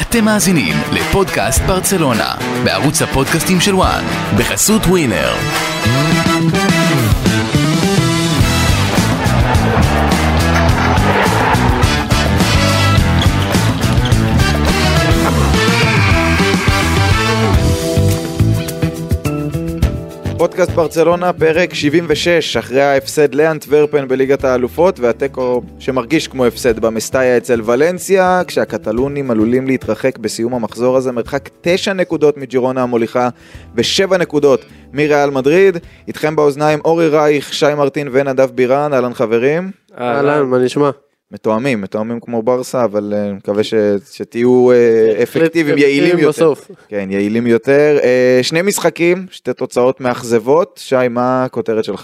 אתם מאזינים לפודקאסט ברצלונה, בערוץ הפודקאסטים של וואן, בחסות ווינר. פודקאסט ברצלונה, פרק 76, אחרי ההפסד לאנטוורפן בליגת האלופות, והטקו שמרגיש כמו הפסד במסטאיה אצל ולנסיה, כשהקטלונים עלולים להתרחק בסיום המחזור הזה, מרחק 9 נקודות מג'ירונה המוליכה, ו7 נקודות מריאל מדריד. איתכם באוזניים אורי רייך, שי מרטין ונדב בירן. אהלן חברים. אהלן, מה נשמע? מתואמים כמו ברסה, אבל מקווה שתהיו אפקטיביים, יעילים יותר. כן, יעילים יותר. שני משחקים, שתי תוצאות מאכזבות. שי, מה הכותרת שלך?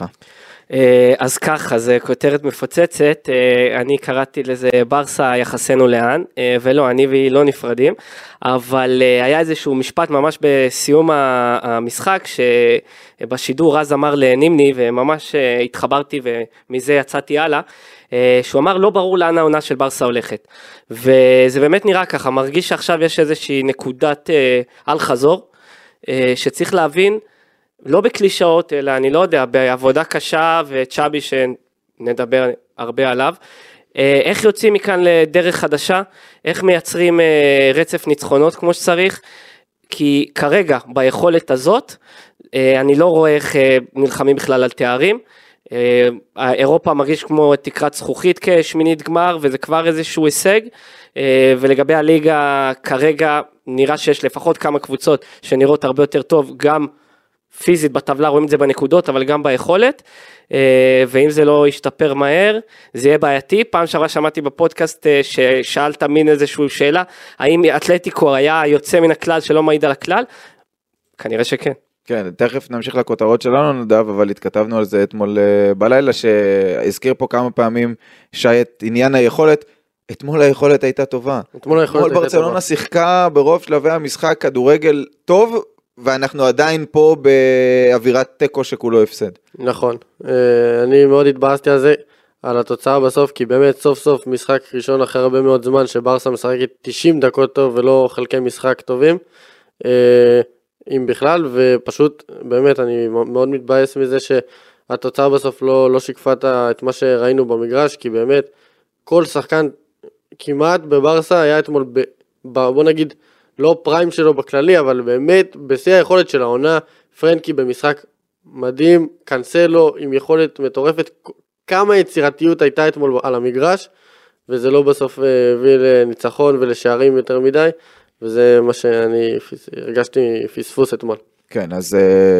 אז ככה, זה כותרת מפוצצת, אני קראתי לזה ברסה יחסנו לאן, ולא, אני והיא לא נפרדים, אבל היה איזשהו משפט ממש בסיום המשחק, שבשידור רז אמר לנימני, וממש התחברתי ומזה יצאתי הלאה, שהוא אמר לא ברור לאן העונה של ברסה הולכת, וזה באמת נראה ככה, מרגיש שעכשיו יש איזושהי נקודת על חזור, שצריך להבין, לא בקלישאות, אלא אני לא יודע, בעבודה קשה וצ'אבי שנדבר הרבה עליו, איך יוצאים מכאן לדרך חדשה, איך מייצרים רצף ניצחונות כמו שצריך, כי כרגע ביכולת הזאת, אני לא רואה איך נלחמים בכלל על תארים, אירופה מרגיש כמו תקרת זכוכית כשמינית גמר, וזה כבר איזשהו הישג, ולגבי הליגה כרגע נראה שיש לפחות כמה קבוצות שנראות הרבה יותר טוב, גם פיזית בטבלה, רואים את זה בנקודות, אבל גם ביכולת, ואם זה לא ישתפר מהר, זה יהיה בעייתי. פעם שעברה שמעתי בפודקאסט ששאלת מין איזושהי שאלה, האם אתלטיקו היה יוצא מן הכלל שלא מעיד על הכלל? כנראה שכן. כן, תכף נמשיך לכותרות שלנו נדב, אבל התכתבנו על זה אתמול בלילה, שהזכיר פה כמה פעמים שי את עניין היכולת, אתמול היכולת הייתה טובה. אתמול ברצלונה שיחקה ברוב שלבי המשחק כדורגל טוב, ואנחנו עדיין פה באווירת טקו שכולו הפסד. נכון, אני מאוד התבאסתי על זה, על התוצאה בסוף, כי באמת סוף סוף משחק ראשון אחרי הרבה מאוד זמן, שברסה משחקת 90 דקות טוב ולא חלקי משחק טובים, אם בכלל, ופשוט באמת אני מאוד מתבאס מזה שהתוצאה בסוף לא שיקפה את מה שראינו במגרש, כי באמת כל שחקן כמעט בברסה היה אתמול, בוא נגיד, לא פריים שלו בכללי, אבל באמת בשיא היכולת של העונה, פרנקי במשחק מדהים, קנסלו עם יכולת מטורפת, כמה יצירתיות הייתה אתמול על המגרש, וזה לא בסוף הביא לניצחון ולשערים יותר מדי, וזה מה שאני הרגשתי פספוס אתמול. כן, אז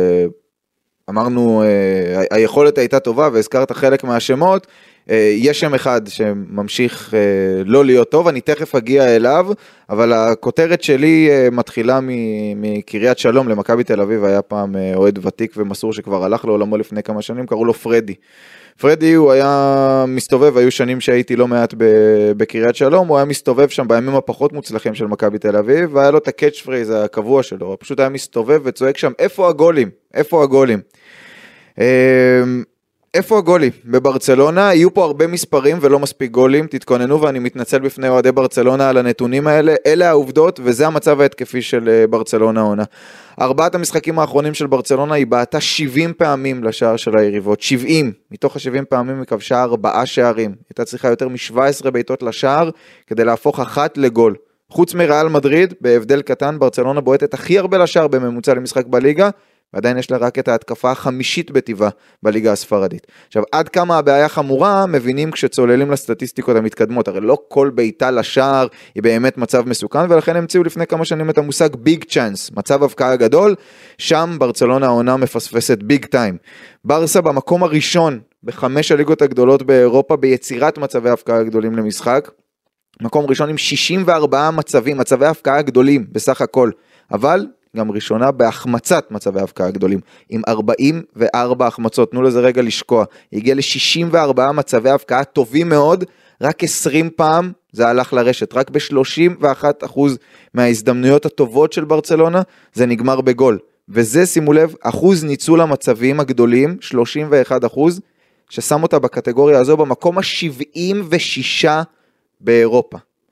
אמרנו, היכולת הייתה טובה, והזכרת חלק מהשמות, יש שם אחד שממשיך לא להיות טוב, אני תכף אגיע אליו, אבל הכותרת שלי מתחילה מקריית שלום למכבי תל אביב, היה פעם אוהד ותיק ומסור שכבר הלך לעולמו לפני כמה שנים, קראו לו פרדי. פרדי הוא היה מסתובב, היו שנים שהייתי לא מעט בקריית שלום, הוא היה מסתובב שם בימים הפחות מוצלחים של מכבי תל אביב, והיה לו את הקאץ' פרייז הקבוע שלו, הוא פשוט היה מסתובב וצועק שם, איפה הגולים? איפה הגולים? איפה הגולים? בברצלונה, יהיו פה הרבה מספרים ולא מספיק גולים, תתכוננו ואני מתנצל בפני אוהדי ברצלונה על הנתונים האלה, אלה העובדות וזה המצב ההתקפי של ברצלונה עונה. 4 המשחקים האחרונים של ברצלונה היא בעטה 70 פעמים לשער של היריבות, 70, מתוך ה-70 פעמים היא כבשה 4 שערים, הייתה צריכה יותר מ-17 בעיטות לשער כדי להפוך 1 לגול. חוץ מריאל מדריד, בהבדל קטן, ברצלונה בועטת הכי הרבה לשער בממוצע למשחק בליגה, ועדיין יש לה רק את ההתקפה החמישית בטבעה בליגה הספרדית. עכשיו, עד כמה הבעיה חמורה, מבינים כשצוללים לסטטיסטיקות המתקדמות, הרי לא כל בעיטה לשער היא באמת מצב מסוכן, ולכן המציאו לפני כמה שנים את המושג ביג צ'אנס, מצב הבקעה גדול, שם ברצלונה העונה מפספסת ביג טיים. ברסה במקום הראשון ב5 הליגות הגדולות באירופה, ביצירת מצבי הבקעה גדולים למשחק, מקום ראשון עם 64 מצבי הבקעה גדולים בסך הכל, אבל גם ראשונה בהחמצת מצבי הבקעה גדולים, עם 44 החמצות, תנו לזה רגע לשקוע, הגיע ל-64 מצבי הבקעה טובים מאוד, רק 20 פעם זה הלך לרשת, רק ב-31% מההזדמנויות הטובות של ברצלונה, זה נגמר בגול, וזה שימו לב, אחוז ניצול המצבים הגדולים, 31%, ששם אותה בקטגוריה הזו במקום ה-76 באירופה,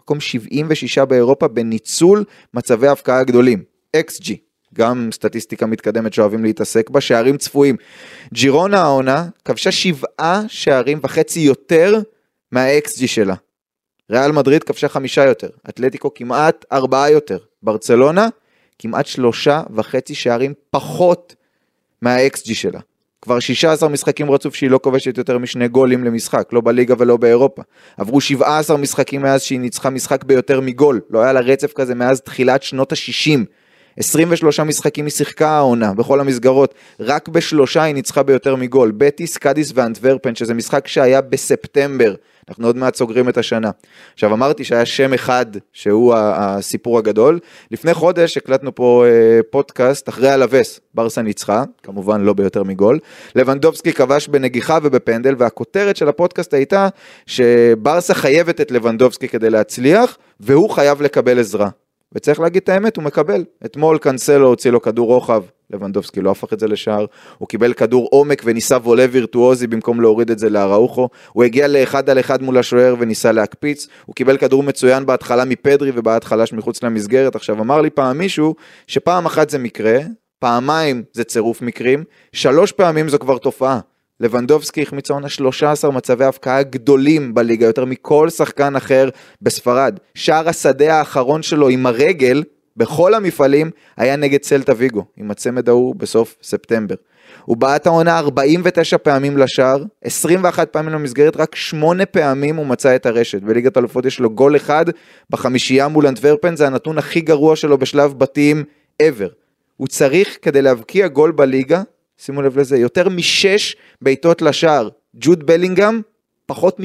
מקום 76 באירופה בניצול מצבי ההפקעה הגדולים, XG, גם סטטיסטיקה מתקדמת שאוהבים להתעסק בה, שערים צפויים. ג'ירונה העונה כבשה 7.5 שערים יותר מה-XG שלה. ריאל מדריד כבשה 5 יותר, אתלטיקו כמעט 4 יותר, ברצלונה כמעט 3.5 שערים פחות מה-XG שלה. כבר 16 משחקים רצוף שהיא לא כובשת יותר משני גולים למשחק, לא בליגה ולא באירופה. עברו 17 משחקים מאז שהיא ניצחה משחק ביותר מגול, לא היה לה רצף כזה מאז תחילת שנות ה-60. 23 משחקים היא שיחקה העונה, בכל המסגרות, רק ב3 היא ניצחה ביותר מגול, בטיס, קאדיס ואנטוורפן, שזה משחק שהיה בספטמבר, אנחנו עוד מעט סוגרים את השנה. עכשיו אמרתי שהיה שם אחד שהוא הסיפור הגדול, לפני חודש הקלטנו פה פודקאסט אחרי הלווס, ברסה ניצחה, כמובן לא ביותר מגול, לבנדובסקי כבש בנגיחה ובפנדל, והכותרת של הפודקאסט הייתה שברסה חייבת את לבנדובסקי כדי להצליח, והוא חייב לקבל עזרה. וצריך להגיד את האמת, הוא מקבל. אתמול קנסלו הוציא לו כדור רוחב, לבנדובסקי לא הפך את זה לשער, הוא קיבל כדור עומק וניסה וולה וירטואוזי במקום להוריד את זה לאראוחו, הוא הגיע לאחד על אחד מול השוער וניסה להקפיץ, הוא קיבל כדור מצוין בהתחלה מפדרי ובהתחלה שמחוץ למסגרת. עכשיו אמר לי פעם מישהו שפעם אחת זה מקרה, פעמיים זה צירוף מקרים, 3 פעמים זו כבר תופעה. לבנדובסקי החמיץ העונה 13 מצבי הפקעה גדולים בליגה, יותר מכל שחקן אחר בספרד. שער השדה האחרון שלו עם הרגל, בכל המפעלים, היה נגד סלטה ויגו, עם הצמד ההוא בסוף ספטמבר. הוא בעט העונה 49 פעמים לשער, 21 פעמים למסגרת, רק 8 פעמים הוא מצא את הרשת. בליגת האלופות יש לו גול אחד, בחמישייה מול אנטוורפן, זה הנתון הכי גרוע שלו בשלב בתים ever. הוא צריך כדי להבקיע גול בליגה, שימו לב לזה, יותר מ6 בעיטות לשער. ג'וד בלינגהם, פחות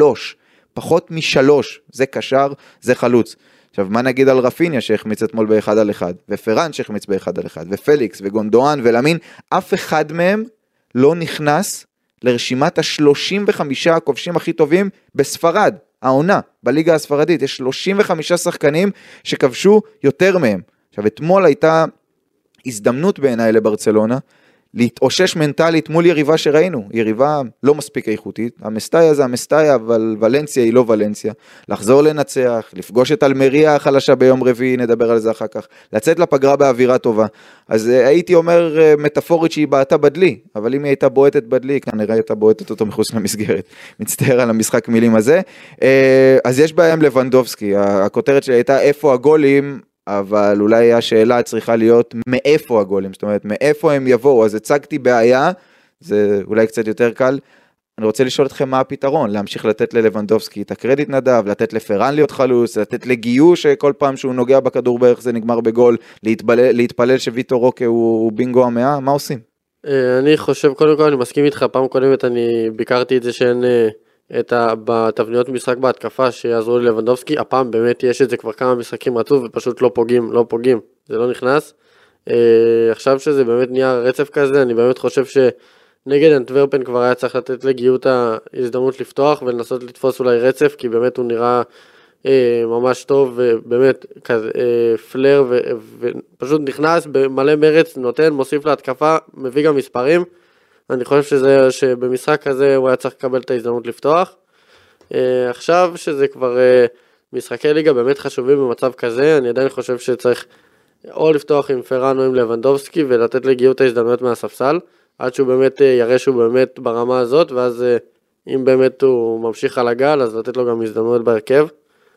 מ3, זה קשר, זה חלוץ. עכשיו, מה נגיד על רפיניה שהחמיץ אתמול באחד על אחד, ופרן שהחמיץ באחד על אחד, ופליקס, וגונדואן, ולמין, אף אחד מהם לא נכנס לרשימת ה-35 הכובשים הכי טובים בספרד, העונה, בליגה הספרדית, יש 35 שחקנים שכבשו יותר מהם. עכשיו, אתמול הייתה הזדמנות בעיניי לברצלונה, להתאושש מנטלית מול יריבה שראינו, יריבה לא מספיק איכותית, המסטאיה זה המסטאיה, אבל ולנסיה היא לא ולנסיה, לחזור לנצח, לפגוש את אלמריה החלשה ביום רביעי, נדבר על זה אחר כך, לצאת לפגרה באווירה טובה, אז הייתי אומר מטאפורית שהיא בעטה בדלי, אבל אם היא הייתה בועטת בדלי, כנראה הייתה בועטת אותו מחוץ למסגרת, מצטער על המשחק מילים הזה, אז יש בעיה עם לבנדובסקי, הכותרת שלי הייתה איפה הגולים, אבל אולי השאלה צריכה להיות מאיפה הגולים, זאת אומרת, מאיפה הם יבואו, אז הצגתי בעיה, זה אולי קצת יותר קל, אני רוצה לשאול אתכם מה הפתרון, להמשיך לתת ללבנדובסקי את הקרדיט נדב, לתת לפרן להיות חלוץ, לתת לגיו שכל פעם שהוא נוגע בכדור בערך זה נגמר בגול, להתפלל שוויטור רוקה הוא בינגו המאה, מה עושים? אני חושב, קודם כל אני מסכים איתך, פעם קודמת אני ביקרתי את זה שאין בתבניות משחק בהתקפה שיעזרו ללבנדובסקי, הפעם באמת יש את זה כבר כמה משחקים רצוף ופשוט לא פוגעים, זה לא נכנס. עכשיו שזה באמת נהיה רצף כזה, אני באמת חושב שנגד אנטוורפן כבר היה צריך לתת לגיות ההזדמנות לפתוח ולנסות לתפוס אולי רצף, כי באמת הוא נראה ממש טוב ובאמת כזה פלר ופשוט נכנס במלא מרץ, נותן, מוסיף להתקפה, מביא גם מספרים. אני חושב שבמשחק כזה הוא היה צריך לקבל את ההזדמנות לפתוח. עכשיו שזה כבר משחקי ליגה באמת חשובים במצב כזה, אני עדיין חושב שצריך או לפתוח עם פרן או עם לבנדובסקי ולתת לגיעות ההזדמנויות מהספסל, עד שהוא באמת יראה שהוא באמת ברמה הזאת, ואז אם באמת הוא ממשיך על הגל, אז לתת לו גם הזדמנויות בהרכב.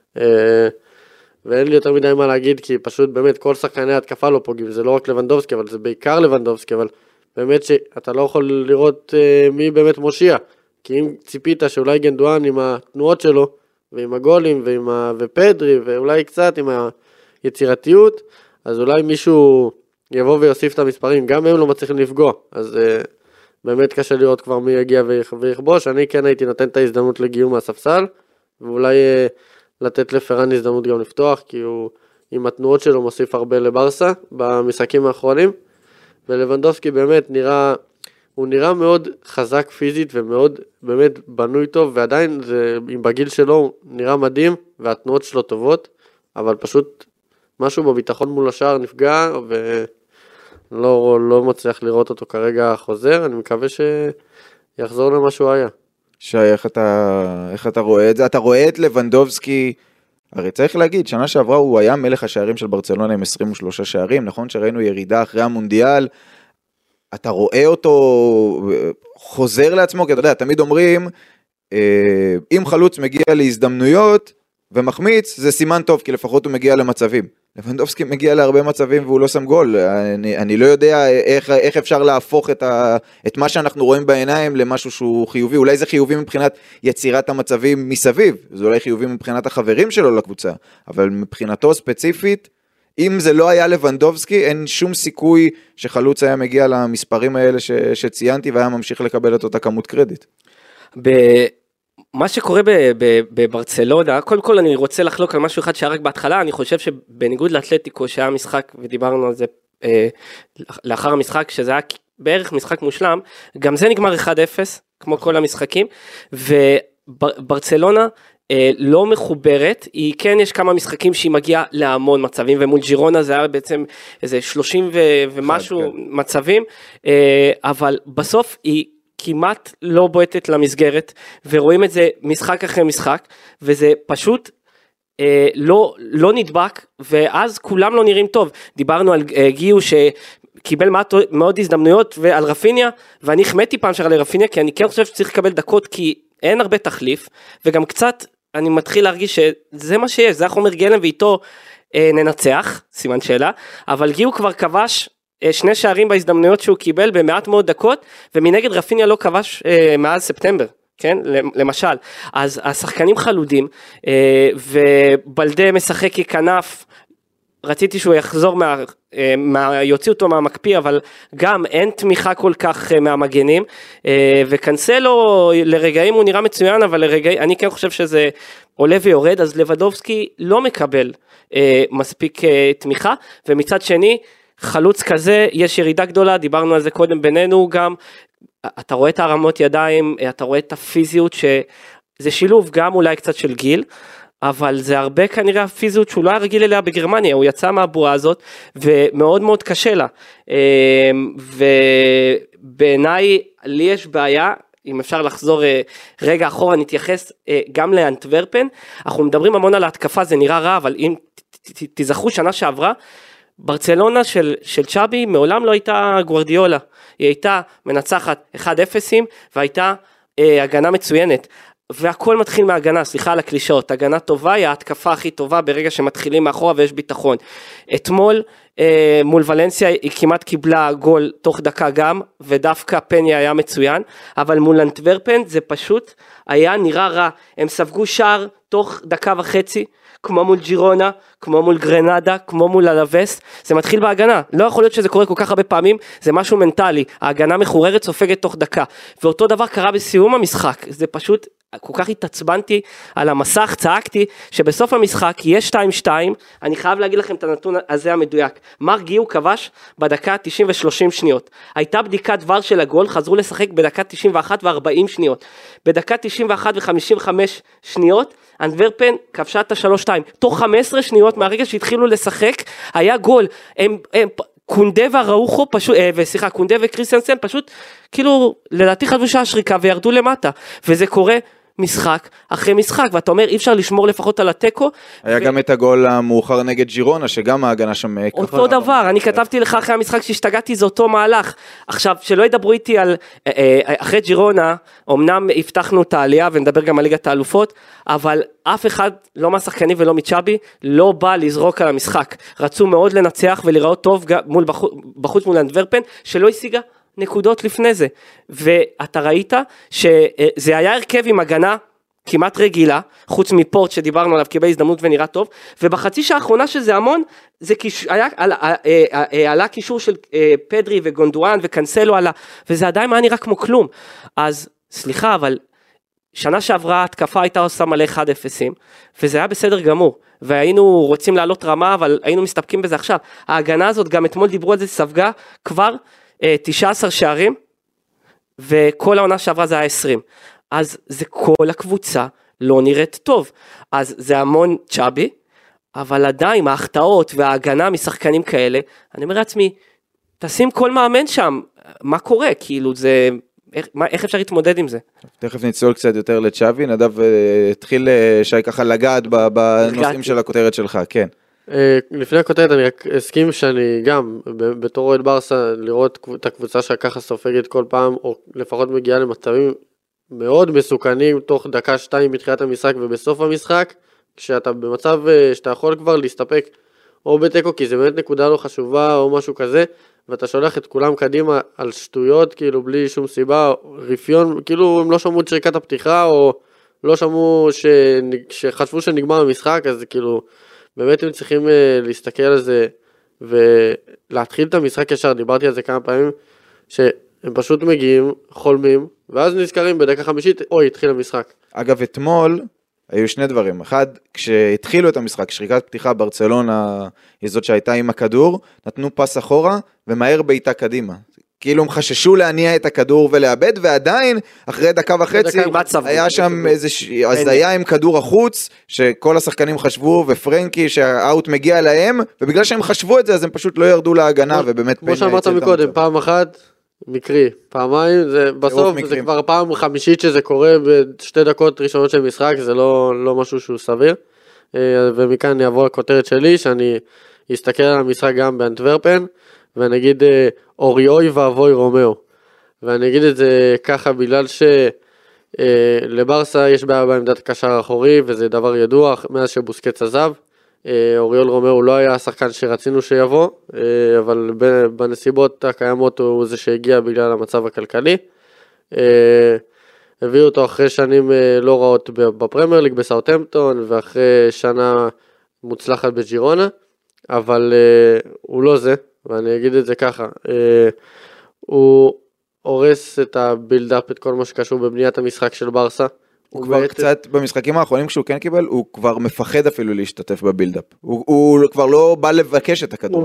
ואין לי יותר מדי מה להגיד, כי פשוט באמת כל שחקני התקפה לא פוגעים, זה לא רק לבנדובסקי, אבל זה בעיקר לבנדובסקי, אבל באמת שאתה לא יכול לראות מי באמת מושיע, כי אם ציפית שאולי גונדואן עם התנועות שלו, ועם הגולים, ופדרי, ואולי קצת עם היצירתיות, אז אולי מישהו יבוא ויוסיף את המספרים, גם הם לא מצליחים לפגוע, אז באמת קשה לראות כבר מי יגיע ויכבוש, אני כן הייתי נותן את ההזדמנות לגיום מהספסל, ואולי לתת לפרן הזדמנות גם לפתוח, כי הוא עם התנועות שלו מוסיף הרבה לברסה, במשחקים האחרונים, ולבנדובסקי באמת הוא נראה מאוד חזק פיזית ומאוד באמת בנוי טוב, ועדיין בגיל שלו הוא נראה מדהים, והתנועות שלו טובות, אבל פשוט משהו בביטחון מול השער נפגע, ולא מצליח לראות אותו כרגע חוזר, אני מקווה שיחזור למה שהוא היה. שי, איך אתה רואה את זה? אתה רואה את לבנדובסקי הרי צריך להגיד, שנה שעברה הוא היה מלך השערים של ברצלונה עם 23 שערים, נכון שראינו ירידה אחרי המונדיאל, אתה רואה אותו חוזר לעצמו, כי אתה יודע, תמיד אומרים, אם חלוץ מגיע להזדמנויות ומחמיץ, זה סימן טוב, כי לפחות הוא מגיע למצבים. לבנדובסקי מגיע להרבה מצבים והוא לא שם גול. אני לא יודע איך אפשר להפוך את מה שאנחנו רואים בעיניים למשהו שהוא חיובי. אולי זה חיובי מבחינת יצירת המצבים מסביב, זה אולי חיובי מבחינת החברים שלו לקבוצה, אבל מבחינתו ספציפית, אם זה לא היה לבנדובסקי, אין שום סיכוי שחלוץ היה מגיע למספרים האלה שציינתי, והיה ממשיך לקבל את אותה כמות קרדיט. מה שקורה בברצלונה, קודם כל אני רוצה לחלוק על משהו אחד שהיה רק בהתחלה, אני חושב שבניגוד לאתלטיקו שהיה משחק, ודיברנו על זה לאחר המשחק, שזה היה בערך משחק מושלם, גם זה נגמר 1-0, כמו כל המשחקים, וברצלונה לא מחוברת, היא כן יש כמה משחקים שהיא מגיעה להמון מצבים, ומול ג'ירונה זה היה בעצם איזה 30 ומשהו מצבים, אבל בסוף היא כמעט לא בועטת למסגרת, ורואים את זה משחק אחרי משחק, וזה פשוט לא נדבק, ואז כולם לא נראים טוב. דיברנו על גיו שקיבל מאוד הזדמנויות, ועל רפיניה, ואני החמאתי פעם שער לרפיניה, כי אני כן חושב שצריך לקבל דקות, כי אין הרבה תחליף, וגם קצת אני מתחיל להרגיש שזה מה שיש, זה החומר גלם, ואיתו ננצח, סימן שאלה, אבל גיו כבר כבש 2 שערים בהזדמנויות שהוא קיבל במעט מאוד דקות, ומנגד רפיניה לא כבש מאז ספטמבר, כן? למשל. אז השחקנים חלודים, ובלדה משחק ככנף, רציתי שהוא יחזור יוציא אותו מהמקפיא, אבל גם אין תמיכה כל כך מהמגנים, וקנסלו לרגעים הוא נראה מצוין, אבל לרגעים, אני כן חושב שזה עולה ויורד, אז לבנדובסקי לא מקבל מספיק תמיכה, ומצד שני, חלוץ כזה, יש ירידה גדולה, דיברנו על זה קודם בינינו גם, אתה רואה את הרמות ידיים, אתה רואה את הפיזיות, שזה שילוב גם אולי קצת של גיל, אבל זה הרבה כנראה הפיזיות שהוא לא היה רגיל אליה בגרמניה, הוא יצא מהבועה הזאת, ומאוד מאוד קשה לה, ובעיניי לי יש בעיה, אם אפשר לחזור רגע אחורה, נתייחס גם לאנטוורפן, אנחנו מדברים המון על ההתקפה, זה נראה רע, אבל אם תזכרו שנה שעברה, ברצלונה של צ'אבי מעולם לא הייתה גוארדיולה, היא הייתה מנצחת 1-0 והייתה הגנה מצוינת, והכל מתחיל מהגנה, סליחה על הקלישאות, הגנה טובה היא ההתקפה הכי טובה ברגע שמתחילים מאחורה ויש ביטחון. אתמול מול ולנסיה היא כמעט קיבלה גול תוך דקה גם, ודווקא פניה היה מצוין, אבל מול אנטוורפן זה פשוט היה נראה רע, הם ספגו שער תוך דקה וחצי, כמו מול ג'ירונה, כמו מול גרנדה, כמו מול אלווס, זה מתחיל בהגנה, לא יכול להיות שזה קורה כל כך הרבה פעמים, זה משהו מנטלי, ההגנה מחוררת סופגת תוך דקה, ואותו דבר קרה בסיום המשחק, זה פשוט, כל כך התעצבנתי על המסך, צעקתי, שבסוף המשחק יש 2-2, אני חייב להגיד לכם את הנתון הזה המדויק, מר גיו כבש בדקה 90 ו-30 שניות, הייתה בדיקת דבר של הגול, חזרו לשחק בדקה 91 ו-40 שניות, בדקה 91 ו-55 שניות, אנטוורפן כבשה את ה-3-2, תוך 15 שניות מהרגע שהתחילו לשחק, היה גול, קונדה והראוחו פשוט, קונדה וקריסטיאנסן פשוט, כאילו, לדעתי חשבו שהשריקה וירדו למטה, וזה קורה משחק אחרי משחק, ואתה אומר, אי אפשר לשמור לפחות על הטקו. היה גם את הגול המאוחר נגד ג'ירונה, שגם ההגנה שם אותו דבר, אני כתבתי לך אחרי המשחק שהשתגעתי, זה אותו מהלך. עכשיו, שלא ידברו איתי על, אחרי ג'ירונה, אמנם הבטחנו את העלייה, ונדבר גם על ליגת האלופות, אבל אף אחד, לא מהשחקנים ולא מצ'אבי, לא בא לזרוק על המשחק. רצו מאוד לנצח ולראות טוב בחוץ מול אנטוורפן, שלא השיגה נקודות לפני זה, ואתה ראית שזה היה הרכב עם הגנה כמעט רגילה, חוץ מפורט שדיברנו עליו קיבל הזדמנות ונראה טוב, ובחצי שעה האחרונה שזה המון, זה עלה קישור של פדרי וגונדואן וקנסלו עלה, וזה עדיין היה נראה כמו כלום, אז סליחה, אבל שנה שעברה התקפה הייתה עושה מלא 1-0, וזה היה בסדר גמור, והיינו רוצים לעלות רמה, אבל היינו מסתפקים בזה עכשיו, ההגנה הזאת גם אתמול דיברו על זה, ספגה כבר 19 שערים, וכל העונה שעברה זה היה 20, אז זה כל הקבוצה לא נראית טוב, אז זה המון צ'אבי, אבל עדיין ההחטאות וההגנה משחקנים כאלה, אני אומר לעצמי, תשים כל מאמן שם, מה קורה? כאילו זה איך אפשר להתמודד עם זה? תכף נצלול קצת יותר לצ'אבי, נדב התחיל שי ככה לגעת בנושאים של הכותרת שלך, כן. לפני הכותרת אני רק אסכים שאני גם, בתור אוהד ברסה, לראות את הקבוצה שככה סופגת כל פעם, או לפחות מגיעה למצבים מאוד מסוכנים, תוך דקה-שתיים מתחילת המשחק ובסוף המשחק, כשאתה במצב שאתה יכול כבר להסתפק או בתיקו, כי זה באמת נקודה לא חשובה או משהו כזה, ואתה שולח את כולם קדימה על שטויות, כאילו בלי שום סיבה, רפיון, כאילו הם לא שמעו את שריקת הפתיחה, או לא שמעו שחשבו שנגמר המשחק, אז כאילו, באמת הם צריכים להסתכל על זה, ולהתחיל את המשחק ישר, דיברתי על זה כמה פעמים, שהם פשוט מגיעים, חולמים, ואז נזכרים בדקה 5, אוי, התחיל המשחק. אגב, אתמול היו שני דברים. אחד, כשהתחילו את המשחק, שריקת פתיחה, ברצלונה היא זאת שהייתה עם הכדור, נתנו פס אחורה, ומהר בעיטה קדימה. כאילו הם חששו להניע את הכדור ולאבד, ועדיין, אחרי דקה וחצי, היה שם איזושהי הזיה עם כדור החוץ, שכל השחקנים חשבו, ופרנקי, שהאוט מגיע להם, ובגלל שהם חשבו את זה, אז הם פשוט לא ירדו להגנה, ובאמת... כמו שאמרת מקודם, פעם אחת, מקרי, פעמיים, בסוף זה כבר פעם חמישית שזה קורה, בשתי דקות ראשונות של משחק, זה לא משהו שהוא סביר, ומכאן אני אעבור לכותרת שלי, שאני אסתכל על המשחק גם באנטוורפן, ואני אגיד אוריוי ואבוי רומאו, ואני אגיד את זה ככה בגלל שלברסה יש בעיה בעמדת הקשר האחורי, וזה דבר ידוע, מאז שבוסקץ עזב, אוריול רומאו לא היה השחקן שרצינו שיבוא, אבל בנסיבות הקיימות הוא זה שהגיע בגלל המצב הכלכלי, הביאו אותו אחרי שנים לא רעות בפרמייר ליג בסאות'המפטון, ואחרי שנה מוצלחת בג'ירונה, אבל הוא לא זה, ואני אגיד את זה ככה, הוא הורס את הבילדאפ, את כל מה שקשור בבניית המשחק של ברסה. הוא כבר קצת, במשחקים האחרונים כשהוא כן קיבל, הוא כבר מפחד אפילו להשתתף בבילדאפ. הוא כבר לא בא לבקש את הכדור.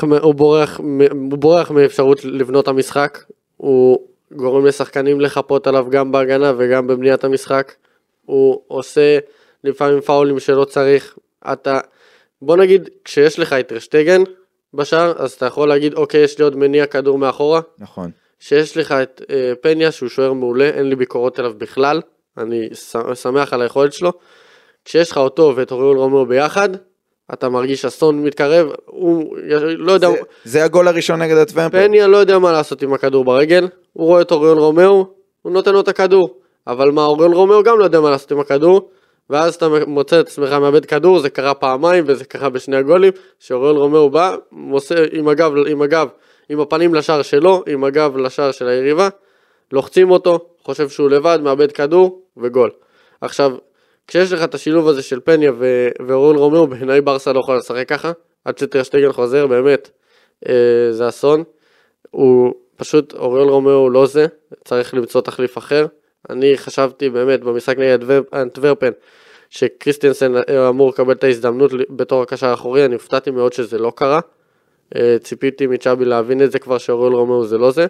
הוא בורח מאפשרות לבנות המשחק, הוא גורם לשחקנים לחפות עליו גם בהגנה וגם בבניית המשחק, הוא עושה לפעמים פאולים שלא צריך, בוא נגיד, כשיש לך את רשטגן בשער, אז אתה יכול להגיד, אוקיי, יש לי עוד מניע כדור מאחורה. נכון. שיש לך את פניה, שהוא שוער מעולה, אין לי ביקורות אליו בכלל, אני שמח על היכולת שלו. כשיש לך אותו ואת אוריול רומאו ביחד, אתה מרגיש אסון מתקרב, הוא לא יודע... זה הגול הראשון נגד אנטוורפן. פניה לא יודע מה לעשות עם הכדור ברגל, הוא רואה את אוריול רומאו, הוא נותן לו את הכדור, אבל מה, אוריול רומאו גם לא יודע מה לעשות עם הכדור, ואז אתה מוצא את עצמך מאבד כדור, זה קרה פעמיים, וזה קרה בשני הגולים, שאוריול רומאו בא, מוסה עם הגב, עם הפנים לשער שלו, עם הגב לשער של היריבה, לוחצים אותו, חושב שהוא לבד, מאבד כדור, וגול. עכשיו, כשיש לך את השילוב הזה של פניה ואוריול רומאו, בעיניי ברסה לא יכול לשחק ככה, עד שטר שטגן חוזר, באמת, זה אסון. הוא פשוט, אוריול רומאו לא זה, צריך למצוא תחליף אחר. אני חשבתי באמת במשחק נגד אנטוורפן, שקריסטיאנסן אמור לקבל את ההזדמנות בתור הקשר האחורי, אני הופתעתי מאוד שזה לא קרה. ציפיתי מצ'אבי להבין את זה כבר, שאוריול רומאו זה לא זה.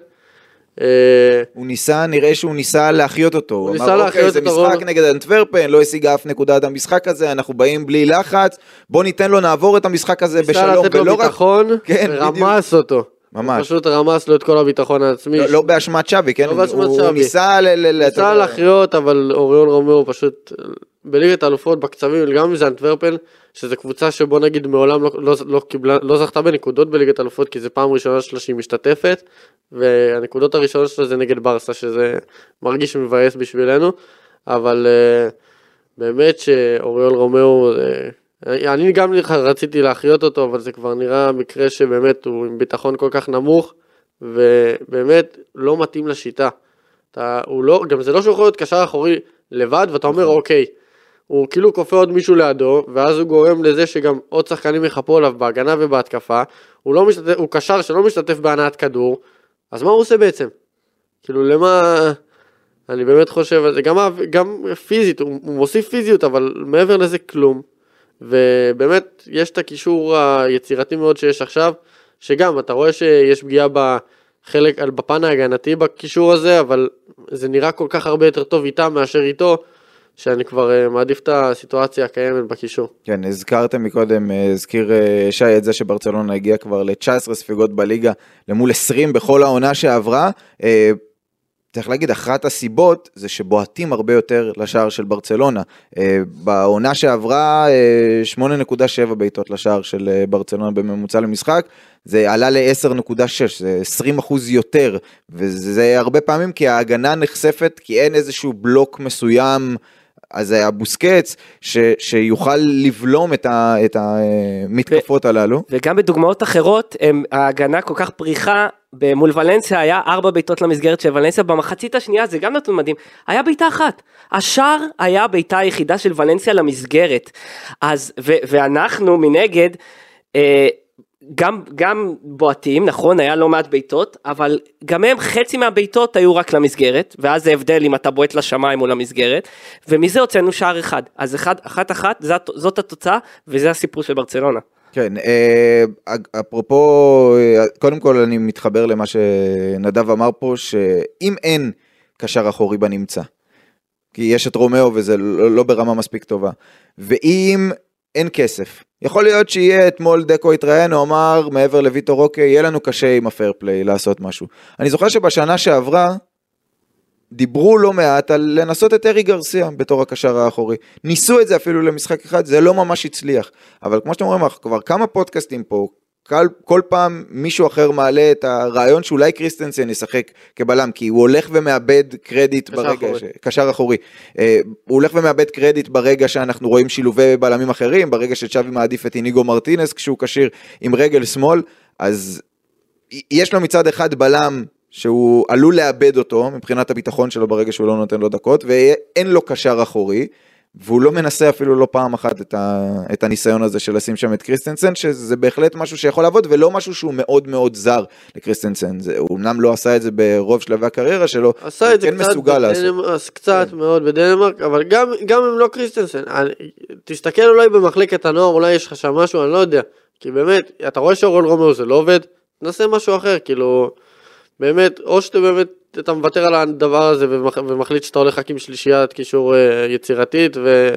הוא ניסה, נראה שהוא ניסה להחיות אותו. הוא ניסה להחיות אותו. זה משחק נגד אנטוורפן, לא השיג אף נקודה עד המשחק הזה, אנחנו באים בלי לחץ, בוא ניתן לו נעבור את המשחק הזה בשלום. ניסה לתת לו ביטחון, רמס אותו. ממש. פשוט רמס לו את כל הביטחון העצמי. לא באשמת צ'אבי, כן? הוא ניסה להחיות, אבל אוריול רומאו פשוט, בליגת האלופות בקצבים, גם אם זה אנטוורפן, שזה קבוצה שבוא נגיד מעולם לא זכתה בנקודות בליגת האלופות, כי זה פעם ראשונה שלה שהיא משתתפת, והנקודות הראשונות שלה זה נגד ברסה, שזה מרגיש מבאס בשבילנו, אבל באמת שאוריול רומאו, אני גם רציתי להחיות אותו, אבל זה כבר נראה מקרה שבאמת הוא עם ביטחון כל כך נמוך, ובאמת לא מתאים לשיטה. גם זה לא שהוא יכול להיות קשר אחורי לבד, ואתה אומר אוקיי, הוא כאילו כופה עוד מישהו לידו, ואז הוא גורם לזה שגם עוד שחקנים יחפו עליו בהגנה ובהתקפה, הוא קשר שלא משתתף בהנעת כדור, אז מה הוא עושה בעצם? כאילו למה, אני באמת חושב על זה, גם פיזית, הוא מוסיף פיזיות, אבל מעבר לזה כלום, ובאמת יש את הקישור היצירתי מאוד שיש עכשיו, שגם אתה רואה שיש פגיעה בפן ההגנתי בקישור הזה, אבל זה נראה כל כך הרבה יותר טוב איתם מאשר איתו, שאני כבר מעדיף את הסיטואציה הקיימת בקישור. כן, הזכרתם מקודם, הזכיר שי את זה שברצלונה הגיע כבר ל-19 ספיגות בליגה, למול 20 בכל העונה שעברה. צריך להגיד, אחת הסיבות זה שבועטים הרבה יותר לשער של ברצלונה. בעונה שעברה 8.7 בעיטות לשער של ברצלונה בממוצע למשחק, זה עלה ל-10.6, זה 20% יותר, וזה הרבה פעמים כי ההגנה נחשפת, כי אין איזשהו בלוק מסוים, אז זה הבוסקץ, שיוכל לבלום את המתקפות הללו. וגם בדוגמאות אחרות, ההגנה כל כך פריחה, מול ולנסיה היה 4 בעיטות למסגרת של ולנסיה, במחצית השנייה זה גם נתון מדהים, היה בעיטה אחת, השער היה בעיטה היחידה של ולנסיה למסגרת, אז, ואנחנו מנגד, גם בועטים, נכון, היה לא מעט בעיטות, אבל גם הם חצי מהבעיטות היו רק למסגרת, ואז זה הבדל אם אתה בועט לשמיים או למסגרת, ומזה הוצאנו שער אחד, אז אחת, זאת התוצאה, וזה הסיפור של ברצלונה. כן, אפרופו, קודם כל אני מתחבר למה שנדב אמר פה, שאם אין קשר אחורי בנמצא, כי יש את רומאו וזה לא ברמה מספיק טובה, ואם אין כסף, יכול להיות שיהיה אתמול דקו התראיין, הוא אמר מעבר לויטור רוקה, יהיה לנו קשה עם הפייר פליי לעשות משהו. אני זוכר שבשנה שעברה, דיברו לא מעט על לנסות את ארי גרסיה בתור הקשר האחורי. ניסו את זה אפילו למשחק אחד, זה לא ממש הצליח. אבל כמו שאתם אומרים, כבר כמה פודקאסטים פה, כל פעם מישהו אחר מעלה את הרעיון שאולי קריסטנסן ישחק כבלם, כי הוא הולך ומאבד קרדיט ברגע, קשר אחורי. הוא הולך ומאבד קרדיט ברגע שאנחנו רואים שילובי בלמים אחרים, ברגע שצ'אבי מעדיף את איניגו מרטינס כשהוא קשיר עם רגל שמאל, אז יש לו מצד אחד בלם שהוא עלול לאבד אותו מבחינת הביטחון שלו ברגע שהוא לא נותן לו דקות, ואין לו קשר אחורי, והוא לא מנסה אפילו לא פעם אחת את הניסיון הזה של לשים שם את קריסטנסן, שזה בהחלט משהו שיכול לעבוד, ולא משהו שהוא מאוד מאוד זר לקריסטנסן. הוא אמנם לא עשה את זה ברוב שלבי הקריירה שלו, עשה את זה קצת מאוד בדנמרק, אבל גם אם לא קריסטנסן, תסתכל אולי במחלקת הנוער, אולי יש לך שם משהו, אני לא יודע, כי באמת, אתה רואה שאורל רומאו זה לא עובד, נעשה משהו אחר, כאילו, באמת, או שאתה באמת, אתה מוותר על הדבר הזה ומחליט שאתה הולך רק עם שלישיית קישור יצירתית,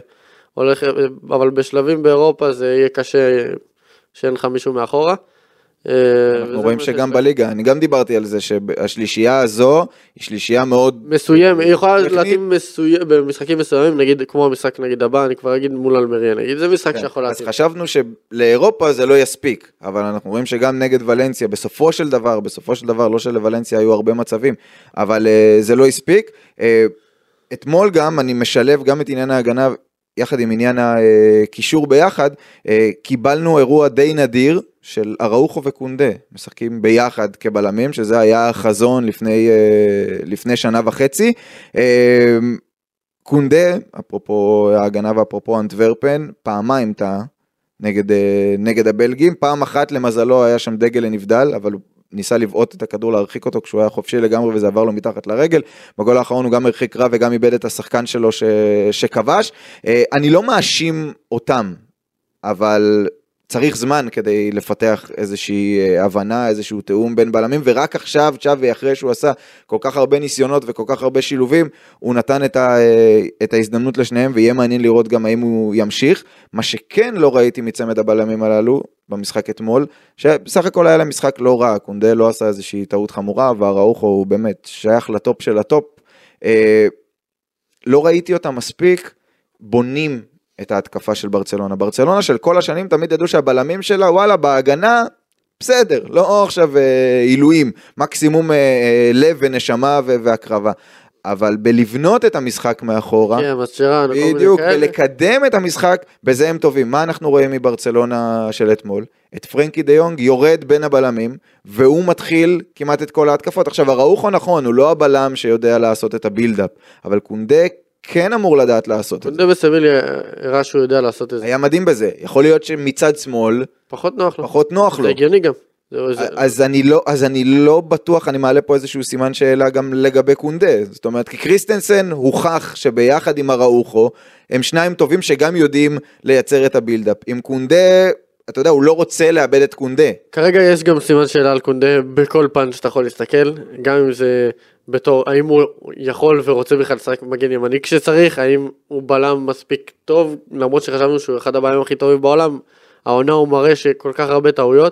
אבל בשלבים באירופה זה יהיה קשה שאין לך מישהו מאחורה. אנחנו רואים שגם בליגה, אני גם דיברתי על זה שהשלישייה הזו היא שלישייה מאוד מסוים, היא יכולה להתאים במשחקים מסוימים, נגיד כמו המשחק נגיד הבא, אני כבר אגיד מול אלמריה, נגיד זה משחק שיכול להתאים. אז חשבנו שלאירופה זה לא יספיק, אבל אנחנו רואים שגם נגד ולנסיה, בסופו של דבר, לא שלוולנסיה היו הרבה מצבים, אבל זה לא יספיק. אתמול גם, אני משלב גם את עניין ההגנה, יחד עם עניין הקישור ביחד, קיבלנו אירוע די נדיר, של אראוחו וקונדה, משחקים ביחד כבלמים, שזה היה חזון לפני שנה וחצי. קונדה, אפרופו ההגנה ואפרופו אנטוורפן, פעמיים טעה נגד הבלגים, פעם אחת למזלו היה שם דגל לנבדל, אבל הוא ניסה לבעוט את הכדור, להרחיק אותו כשהוא היה חופשי לגמרי, וזה עבר לו מתחת לרגל. בגול האחרון הוא גם הרחיק רע וגם איבד את השחקן שלו שכבש. אני לא מאשים אותם, אבל צריך זמן כדי לפתח איזושהי הבנה, איזשהו תאום בין בלמים, ורק עכשיו, צ'אבי, אחרי שהוא עשה כל כך הרבה ניסיונות וכל כך הרבה שילובים, הוא נתן את ההזדמנות לשניהם, ויהיה מעניין לראות גם האם הוא ימשיך. מה שכן לא ראיתי מצמד הבלמים הללו, במשחק אתמול, שבסך הכל היה להם משחק לא רע, קונדה לא עשה איזושהי טעות חמורה, והראוחו הוא באמת שייך לטופ של הטופ. לא ראיתי אותם מספיק בונים את ההתקפה של ברצלונה. ברצלונה של כל השנים תמיד ידעו שהבלמים שלה, וואלה, בהגנה, בסדר, לא עכשיו עילויים, מקסימום לב ונשמה והקרבה. אבל בלבנות את המשחק מאחורה, בדיוק, ולקדם את המשחק, בזה הם טובים. מה אנחנו רואים מברצלונה של אתמול? את פרנקי דה יונג יורד בין הבלמים, והוא מתחיל כמעט את כל ההתקפות. עכשיו, הראוחו נכון, הוא לא הבלם שיודע לעשות את הבילדאפ, אבל קונדה כן אמור לדעת לעשות את זה. קונדה בסביליה הראה שהוא יודע לעשות את זה. היה מדהים בזה. יכול להיות שמצד שמאל, פחות נוח לו. פחות נוח לו. זה הגיוני גם. אז אני לא בטוח, אני מעלה פה איזשהו סימן שאלה גם לגבי קונדה, זאת אומרת, כי קריסטנסן הוכח שביחד עם הראוחו, הם שניים טובים שגם יודעים לייצר את הבילדאפ. עם קונדה, אתה יודע, הוא לא רוצה לאבד את קונדה. כרגע יש גם סימן שאלה על קונדה בכל פן שאתה יכול להסתכל, גם אם זה בתור, האם הוא יכול ורוצה בכלל לשחק מגן ימני כשצריך, האם הוא בלם מספיק טוב, למרות שחשבנו שהוא אחד הבלמים הכי טובים בעולם, העונה הוא מראה שכל כך הרבה טעויות,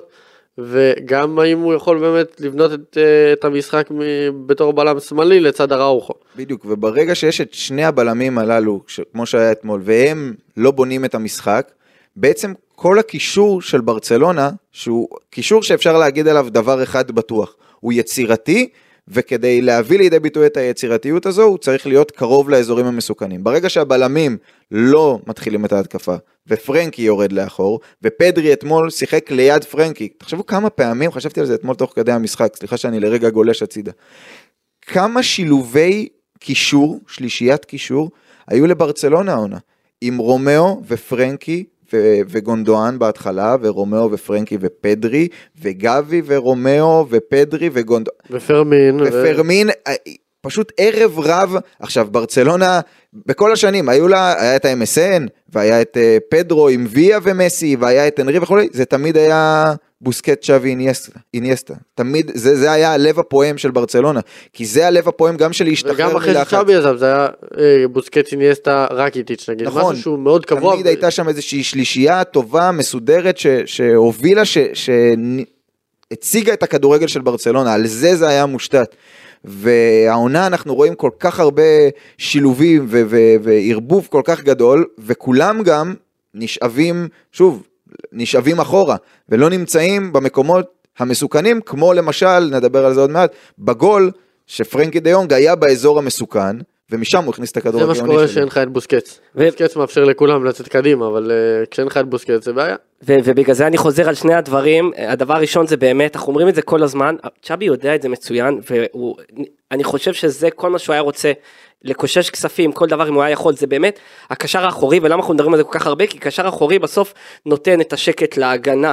וגם האם הוא יכול באמת לבנות את המשחק בתור בלם שמאלי לצד אראוחו. בדיוק, וברגע שיש את שני הבלמים הללו, כמו שהיה אתמול, והם לא בונים את המשחק, בעצם כל הקישור של ברצלונה, שהוא קישור שאפשר להגיד עליו דבר אחד בטוח, הוא יצירתי, וכדי להביא לידי ביטוי את היצירתיות הזו, הוא צריך להיות קרוב לאזורים המסוכנים. ברגע שהבלמים לא מתחילים את ההתקפה, ופרנקי יורד לאחור, ופדרי אתמול שיחק ליד פרנקי, תחשבו כמה פעמים, חשבתי על זה אתמול תוך כדי המשחק, סליחה שאני לרגע גולש הצידה, כמה שילובי קישור, שלישיית קישור, היו לברצלונה העונה, עם רומאו ופרנקי, וגונדואן בהתחלה, ורומאו ופרנקי ופדרי, וגבי ורומאו ופדרי וגונדואן. ופרמין, פשוט ערב רב. עכשיו ברצלונה, בכל השנים, היה את ה-MSN, והיה את פדרו עם ויה ומסי, והיה את אנרי וכו', זה תמיד היה בוסקט, צ'אבי, איניאסטה. תמיד, זה היה הלב הפועם של ברצלונה, כי זה הלב הפועם גם של להשתחרר מלחץ. וגם אחרי שצ'אבי עזב, זה היה בוסקט, איניאסטה, רקיטיץ' נגיד. נכון. משהו שהוא מאוד קבוע. תמיד הייתה שם איזושהי שלישייה טובה, מסודרת, שהובילה, שהציגה את הכדורגל של ברצלונה, על זה היה מושתת. והעונה אנחנו רואים כל כך הרבה שילובים וערבוב כל כך גדול, וכולם גם נשאבים, שוב, נשאבים אחורה, ולא נמצאים במקומות המסוכנים, כמו למשל, נדבר על זה עוד מעט, בגול שפרנקי דה יונג היה באזור המסוכן, ומשם הוא הכניס את הכדור הגאוני שלו. זה מה שקורה שאין לך את בוסקץ. בוסקץ מאפשר לכולם לצאת קדימה, אבל כשאין לך את בוסקץ זה בעיה. ובגלל זה אני חוזר על שני הדברים. הדבר הראשון זה באמת, אנחנו אומרים את זה כל הזמן, צ'אבי יודע את זה מצוין, ואני חושב שזה כל מה שהוא היה רוצה, לקושש כספים, כל דבר אם הוא היה יכול, זה באמת הקשר האחורי, ולמה אנחנו מדברים על זה כל כך הרבה? כי קשר האחורי בסוף נותן את השקט להגנה,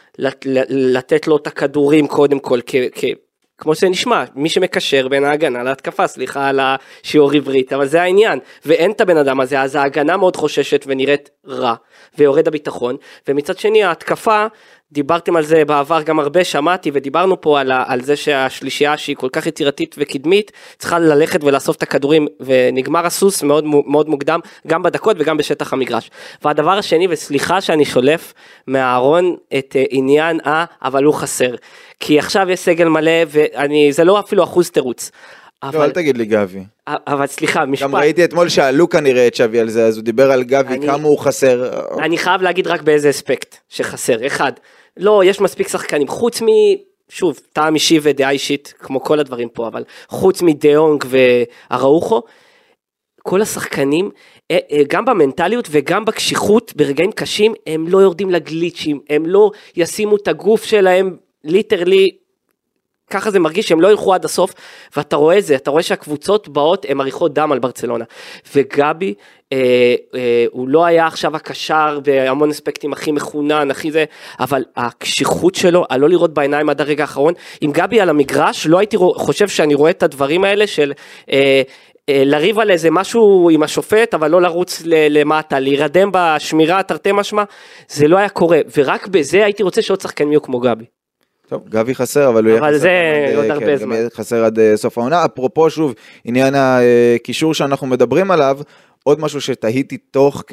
לתת לו את הכדורים קודם כל, כמו שזה נשמע, מי שמקשר בין ההגנה להתקפה, סליחה על השיעור עברית, אבל זה העניין, ואין את הבן אדם הזה, אז ההגנה מאוד חוששת ונראית רע, ויורד הביטחון, ומצד שני ההתקפה, דיברתם על זה בעבר גם הרבה, שמעתי, ודיברנו פה על זה שהשלישייה שהיא כל כך יצירתית וקדמית, צריכה ללכת ולאסוף את הכדורים, ונגמר הסוס מאוד, מאוד מוקדם, גם בדקות וגם בשטח המגרש. והדבר השני, וסליחה שאני שולף מהארון את עניין אבל הוא חסר. כי עכשיו יש סגל מלא, וזה לא אפילו אחוז תירוץ. לא, אל תגיד לי גבי. אבל סליחה, משפט. גם ראיתי אתמול שאלו כנראה את צ'אבי על זה, אז הוא דיבר על גבי, כמה הוא חסר. אני חייב להגיד רק באיזה אספקט שחסר. אחד, לא, יש מספיק שחקנים, חוץ שוב, טעם אישי ודעה אישית, כמו כל הדברים פה, אבל חוץ מדיונג ואראוחו, כל השחקנים, גם במנטליות וגם בקשיחות, ברגעים קשים, הם לא יורדים לגליצ'ים, הם לא ישימו את הגוף שלהם, ליטרלי, ככה זה מרגיש שהם לא ילכו עד הסוף, ואתה רואה את זה, אתה רואה שהקבוצות באות, הם עריכות דם על ברצלונה, וגבי, הוא לא היה עכשיו הקשר, בהמון אספקטים הכי מחונן, הכי זה, אבל הקשיחות שלו, על לא לראות בעיניים עד הרגע האחרון, עם גבי על המגרש, לא הייתי חושב שאני רואה את הדברים האלה, של לריב על איזה משהו עם השופט, אבל לא לרוץ למטה, להירדם בשמירה, תרתי משמע, זה לא היה קורה, ורק בזה הייתי רוצה שעוד שחקנים יהיו כמו גבי. טוב, גבי חסר, אבל הוא יהיה עוד הרבה זמן. חסר עד סוף העונה. אפרופו שוב, עניין הקישור שאנחנו מדברים עליו, עוד משהו שתהיתי תוך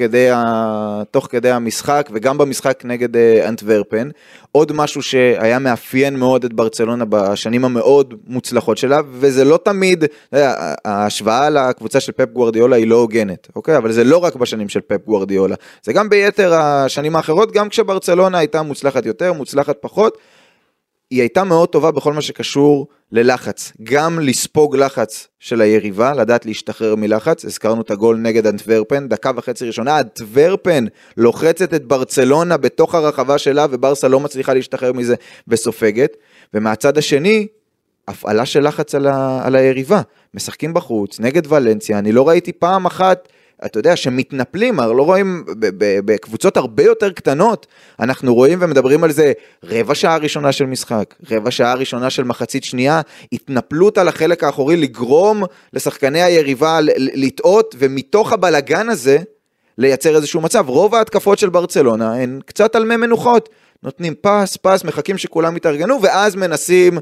כדי המשחק, וגם במשחק נגד אנטוורפן, עוד משהו שהיה מאפיין מאוד את ברצלונה בשנים המאוד מוצלחות שלה, וזה לא תמיד, ההשוואה לקבוצה של פפ גוארדיולה היא לא הוגנת, אוקיי? אבל זה לא רק בשנים של פפ גוארדיולה, זה גם ביתר השנים האחרות, גם כשברצלונה הייתה מוצלחת יותר, מוצלחת פחות, היא הייתה מאוד טובה בכל מה שקשור ללחץ, גם לספוג לחץ של היריבה, לדעת להשתחרר מלחץ, הזכרנו את הגול נגד אנטוורפן, דקה וחצי ראשונה, אנטוורפן לוחצת את ברצלונה בתוך הרחבה שלה, וברסה לא מצליחה להשתחרר מזה בסופגת, ומהצד השני, הפעלה של לחץ על היריבה, משחקים בחוץ, נגד ולנסיה, אני לא ראיתי פעם אחת, אתה יודע, שמתנפלים, לא רואים, בקבוצות הרבה יותר קטנות, אנחנו רואים ומדברים על זה, רבע שעה ראשונה של משחק, רבע שעה ראשונה של מחצית שנייה, התנפלות על החלק האחורי, לגרום לשחקני היריבה לטעות, ומתוך הבלגן הזה, לייצר איזשהו מצב. רוב ההתקפות של ברצלונה, הן קצת על מי מנוחות, נותנים פס, מחכים שכולם יתארגנו, ואז מנסים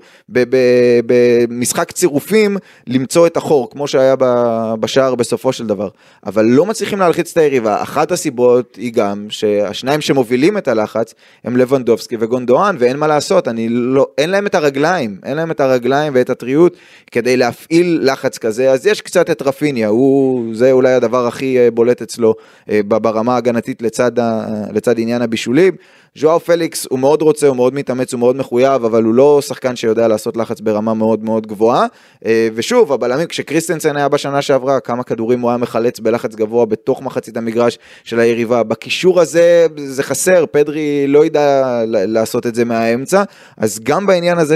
במשחק צירופים למצוא את החור, כמו שהיה בשער בסופו של דבר. אבל לא מצליחים להלחיץ את היריבה. אחת הסיבות היא גם שהשניים שמובילים את הלחץ, הם לבנדובסקי וגונדואן, ואין מה לעשות, אין להם את הרגליים ואת הטריות, כדי להפעיל לחץ כזה, אז יש קצת את רפיניה, זה אולי הדבר הכי בולט אצלו, ברמה ההגנתית לצד עניין הבישולים. ז'ואאו פליקס הוא מאוד רוצה, הוא מאוד מתאמץ, הוא מאוד מחויב, אבל הוא לא שחקן שיודע לעשות לחץ ברמה מאוד מאוד גבוהה, ושוב, הבלמים, כשקריסטנסן היה בשנה שעברה, כמה כדורים הוא היה מחלץ בלחץ גבוה, בתוך מחצית המגרש של היריבה, בקישור הזה זה חסר, פדרי לא ידע לעשות את זה מהאמצע, אז גם בעניין הזה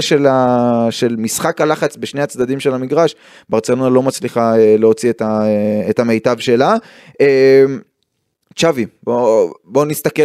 של משחק הלחץ בשני הצדדים של המגרש, ברצלונה לא מצליחה להוציא את המיטב שלה. צ'אבי, בוא נסתכל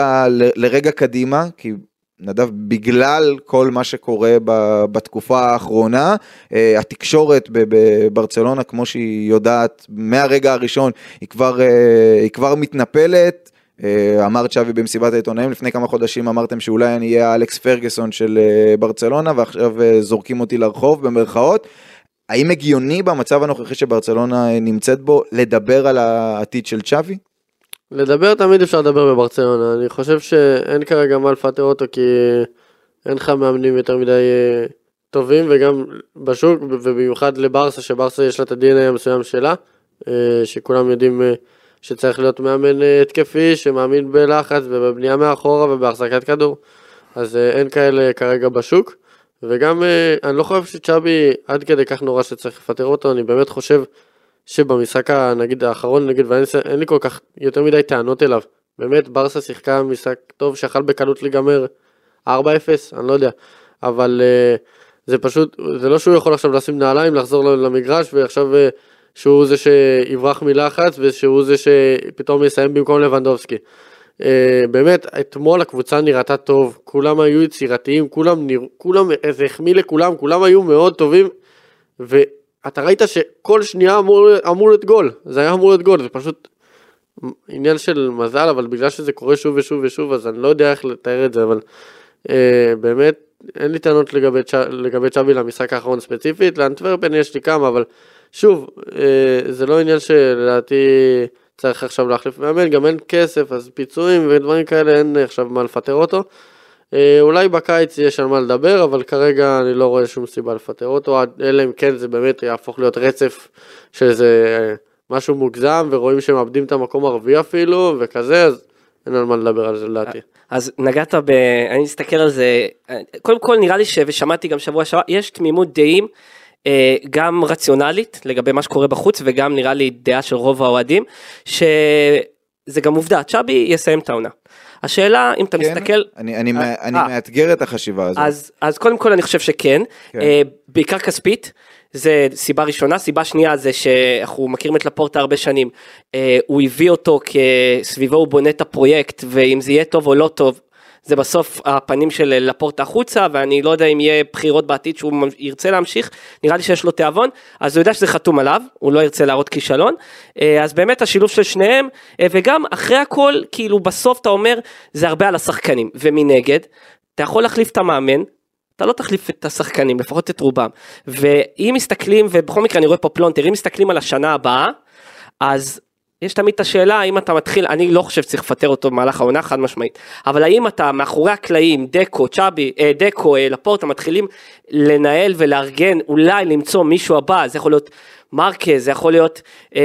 לרגע קדימה, כי נדב, בגלל כל מה שקורה בתקופה האחרונה, התקשורת בברצלונה, כמו שהיא יודעת, מהרגע הראשון, היא כבר מתנפלת. אמר צ'אבי במסיבת העיתונאים, לפני כמה חודשים אמרתם שאולי אני אהיה האלכס פרגוסון של ברצלונה, ועכשיו זורקים אותי לרחוב במרכאות. האם הגיוני במצב הנוכחי שברצלונה נמצאת בו, לדבר על העתיד של צ'אבי? לדבר תמיד אפשר לדבר בברצלונה, אני חושב שאין כרגע מה לפטר אותו, כי אין לך מאמנים יותר מדי טובים, וגם בשוק, ובמיוחד לברסה, שברסה יש לה את ה-DNA המסוים שלה, שכולם יודעים שצריך להיות מאמן התקפי, שמאמין בלחץ ובבנייה מאחורה ובהחזקת כדור, אז אין כאלה כרגע בשוק, וגם אני לא חושב שצ'אבי עד כדי כך נורא שצריך לפטר אותו, אני באמת חושב שבמשחק נגיד האחרון נגד ולנסיה אין לי כל כך יותר מדי טענות אליו, באמת ברסה שיחקה משחק טוב שיכול בקלות להיגמר 4-0, אני לא יודע, אבל זה פשוט, זה לא שהוא יכול עכשיו לשים נעליים, לחזור למגרש ועכשיו שהוא זה שיברח מלחץ ושהוא זה שפתאום יסיים במקום לבנדובסקי. באמת אתמול הקבוצה נראתה טוב, כולם היו יצירתיים, כולם איזה החמיא לכולם, כולם היו מאוד טובים, אתה ראית שכל שנייה אמור להיות גול, זה היה אמור להיות גול, זה פשוט עניין של מזל, אבל בגלל שזה קורה שוב ושוב ושוב, אז אני לא יודע איך לתאר את זה, אבל באמת אין לי טענות לגבי צ'אבי למשחק האחרון ספציפית, לאנטוורפן יש לי כמה, אבל שוב, זה לא עניין שלדעתי צריך עכשיו להחליף מאמן, גם אין כסף, אז פיצויים ודברים כאלה אין עכשיו מה לפטר אותו, אולי בקיץ יש על מה לדבר, אבל כרגע אני לא רואה שום סיבה לפטר אותו, אלא אם כן זה באמת יהפוך להיות רצף שזה משהו מוגזם, ורואים שהם מאבדים את המקום הרביעי אפילו, וכזה, אז אין על מה לדבר על זה לדעתי. אז נגעת אני אסתכל על זה, קודם כל נראה לי ושמעתי גם שבוע שעבר, יש תמימות דעים, גם רציונלית לגבי מה שקורה בחוץ, וגם נראה לי דעה של רוב האוהדים, שזה גם עובדה, צ'אבי יסיים את העונה. השאלה, אם אתה מסתכל... אני מאתגר את החשיבה הזאת. אז קודם כל אני חושב שכן, בעיקר כספית, זה סיבה ראשונה, סיבה שנייה זה שאנחנו מכירים את לפורטה הרבה שנים, הוא הביא אותו כסביבו הוא בונה את הפרויקט, ואם זה יהיה טוב או לא טוב, זה בסוף הפנים של לפורטה החוצה, ואני לא יודע אם יהיה בחירות בעתיד שהוא ירצה להמשיך, נראה לי שיש לו תיאבון, אז הוא יודע שזה חתום עליו, הוא לא ירצה להראות כישלון, אז באמת השילוב של שניהם, וגם אחרי הכל, כאילו בסוף אתה אומר, זה הרבה על השחקנים, ומנגד, אתה יכול להחליף את המאמן, אתה לא תחליף את השחקנים, לפחות את רובם, ואם מסתכלים, ובכל מקרה אני רואה פה פלונטר, אם מסתכלים על השנה הבאה, אז יש תמיד את השאלה, האם אתה מתחיל, אני לא חושב שצריך לפטר אותו במהלך העונה, חד משמעית, אבל האם אתה מאחורי הקלעים, דקו, לפורטה, מתחילים לנהל ולארגן, אולי למצוא מישהו הבא, זה יכול להיות מרקז, זה יכול להיות,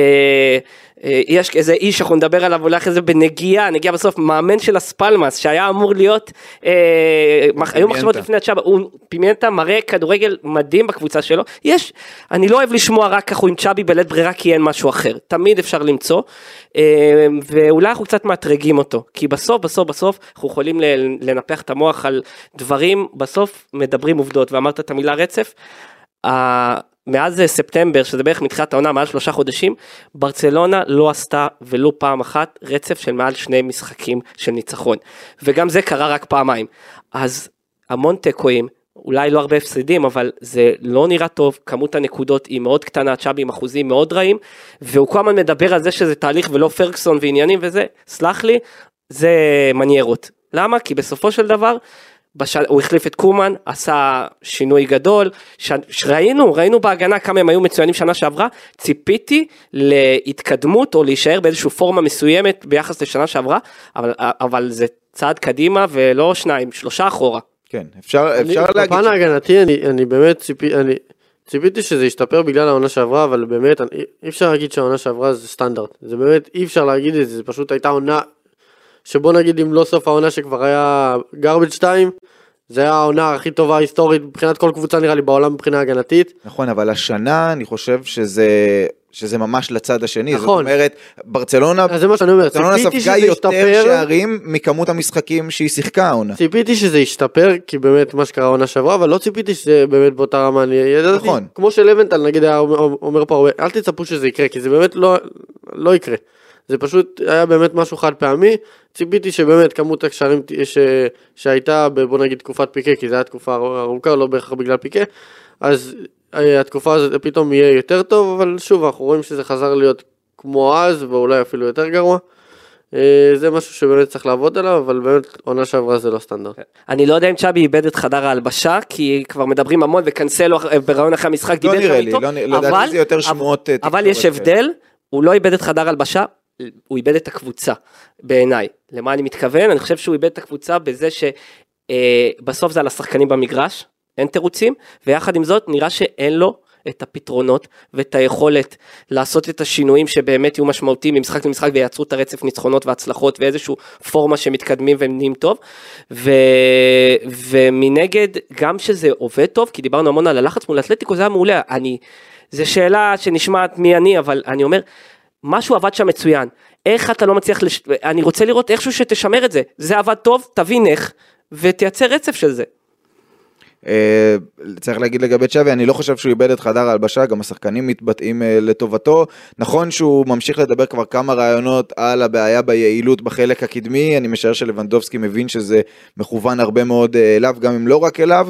יש איזה איש שאנחנו נדבר עליו, אולי אחרי זה בנגיעה, נגיע בסוף, מאמן של הספלמאס, שהיה אמור להיות, היו מחשבות לפני הצ'אבה, פימנטה מראה כדורגל מדהים בקבוצה שלו, אני לא אוהב לשמוע רק ככה עם צ'אבי בלית ברירה, כי אין משהו אחר, תמיד אפשר למצוא, ואולי אנחנו קצת מאתרגים אותו, כי בסוף אנחנו יכולים לנפח את המוח על דברים, בסוף מדברים עובדות, ואמרת את המילה רצף, מאז ספטמבר, שזה בערך מתחילת העונה, מעל 3 חודשים, ברצלונה לא עשתה ולו פעם אחת רצף של מעל 2 משחקים של ניצחון. וגם זה קרה רק פעמיים. אז המון תיקויים, אולי לא הרבה הפסדים, אבל זה לא נראה טוב, כמות הנקודות היא מאוד קטנה, צ'אבי עם אחוזים מאוד רעים, והוא כל הזמן מדבר על זה שזה תהליך ולא פרגוסון ועניינים וזה, סלח לי, זה מניירות. למה? כי בסופו של דבר, הוא החליף את קומן, עשה שינוי גדול, ראינו בהגנה כמה הם היו מצוינים שנה שעברה, ציפיתי להתקדמות או להישאר באיזושהי פורמה מסוימת ביחס לשנה שעברה, אבל זה צעד קדימה ולא 2-3 אחורה. כן, אפשר להגיד... בפן ההגנתי, אני באמת ציפיתי שזה ישתפר בגלל העונה שעברה, אבל באמת אי אפשר להגיד שהעונה שעברה זה סטנדרט, זה באמת אי אפשר להגיד את זה, זה פשוט הייתה עונה... שבוא נגיד אם לא סוף העונה שכבר היה גרבג' 2, זה היה העונה הכי טובה היסטורית מבחינת כל קבוצה נראה לי בעולם מבחינה הגנתית. נכון, אבל השנה אני חושב שזה ממש לצד השני, נכון. זאת אומרת, ברצלונה ספגה יותר שערים מכמות המשחקים שהיא שיחקה העונה. ציפיתי שזה ישתפר, כי באמת מה שקרה העונה שעברה, אבל לא ציפיתי שזה באמת באותה רמה, אני ידעתי, נכון. כמו שלוונטל נגיד היה אומר פה, אל תצפו שזה יקרה, כי זה באמת לא יקרה. זה פשוט היה באמת משהו חד פעמי, ציפיתי שבאמת כמות הקשרים שהייתה בוא נגיד תקופת פיקה, כי זו הייתה תקופה ארוכה, לא בהכרח בגלל פיקה, אז התקופה הזאת פתאום יהיה יותר טוב, אבל שוב אנחנו רואים שזה חזר להיות כמו אז, ואולי אפילו יותר גרוע, זה משהו שבאמת צריך לעבוד עליו, אבל באמת עונה שעברה זה לא סטנדרט. אני לא יודע אם צ'אבי איבד את חדר ההלבשה, כי כבר מדברים המון, וכנסלו ברעיון אחרי המשחק דיבר איתו, לדעתי זה יותר שמועות. אבל יש הבדל, הוא לא איבד את חדר ההלבשה, הוא איבד את הקבוצה, בעיניי. למה אני מתכוון? אני חושב שהוא איבד את הקבוצה בזה שבסוף זה על השחקנים במגרש, אין תירוצים, ויחד עם זאת נראה שאין לו את הפתרונות ואת היכולת לעשות את השינויים שבאמת יהיו משמעותיים ממשחק למשחק וייצרו את הרצף ניצחונות והצלחות ואיזשהו פורמה שמתקדמים והם נהיים טוב, ומנגד גם שזה עובד טוב, כי דיברנו המון על הלחץ מול אתלטיקו, זה היה מעולה, זה שאלה שנשמעת מי אני, אבל אני אומר, משהו עבד שם מצוין, איך אתה לא מצליח, אני רוצה לראות איכשהו שתשמר את זה, זה עבד טוב, תבין איך, ותייצר רצף של זה. צריך להגיד לגבי צ'אבי, אני לא חושב שהוא איבד את חדר ההלבשה, גם השחקנים מתבטאים לטובתו, נכון שהוא ממשיך לדבר כבר כמה רעיונות על הבעיה ביעילות בחלק הקדמי, אני משער שלוונדובסקי מבין שזה מכוון הרבה מאוד אליו, גם אם לא רק אליו,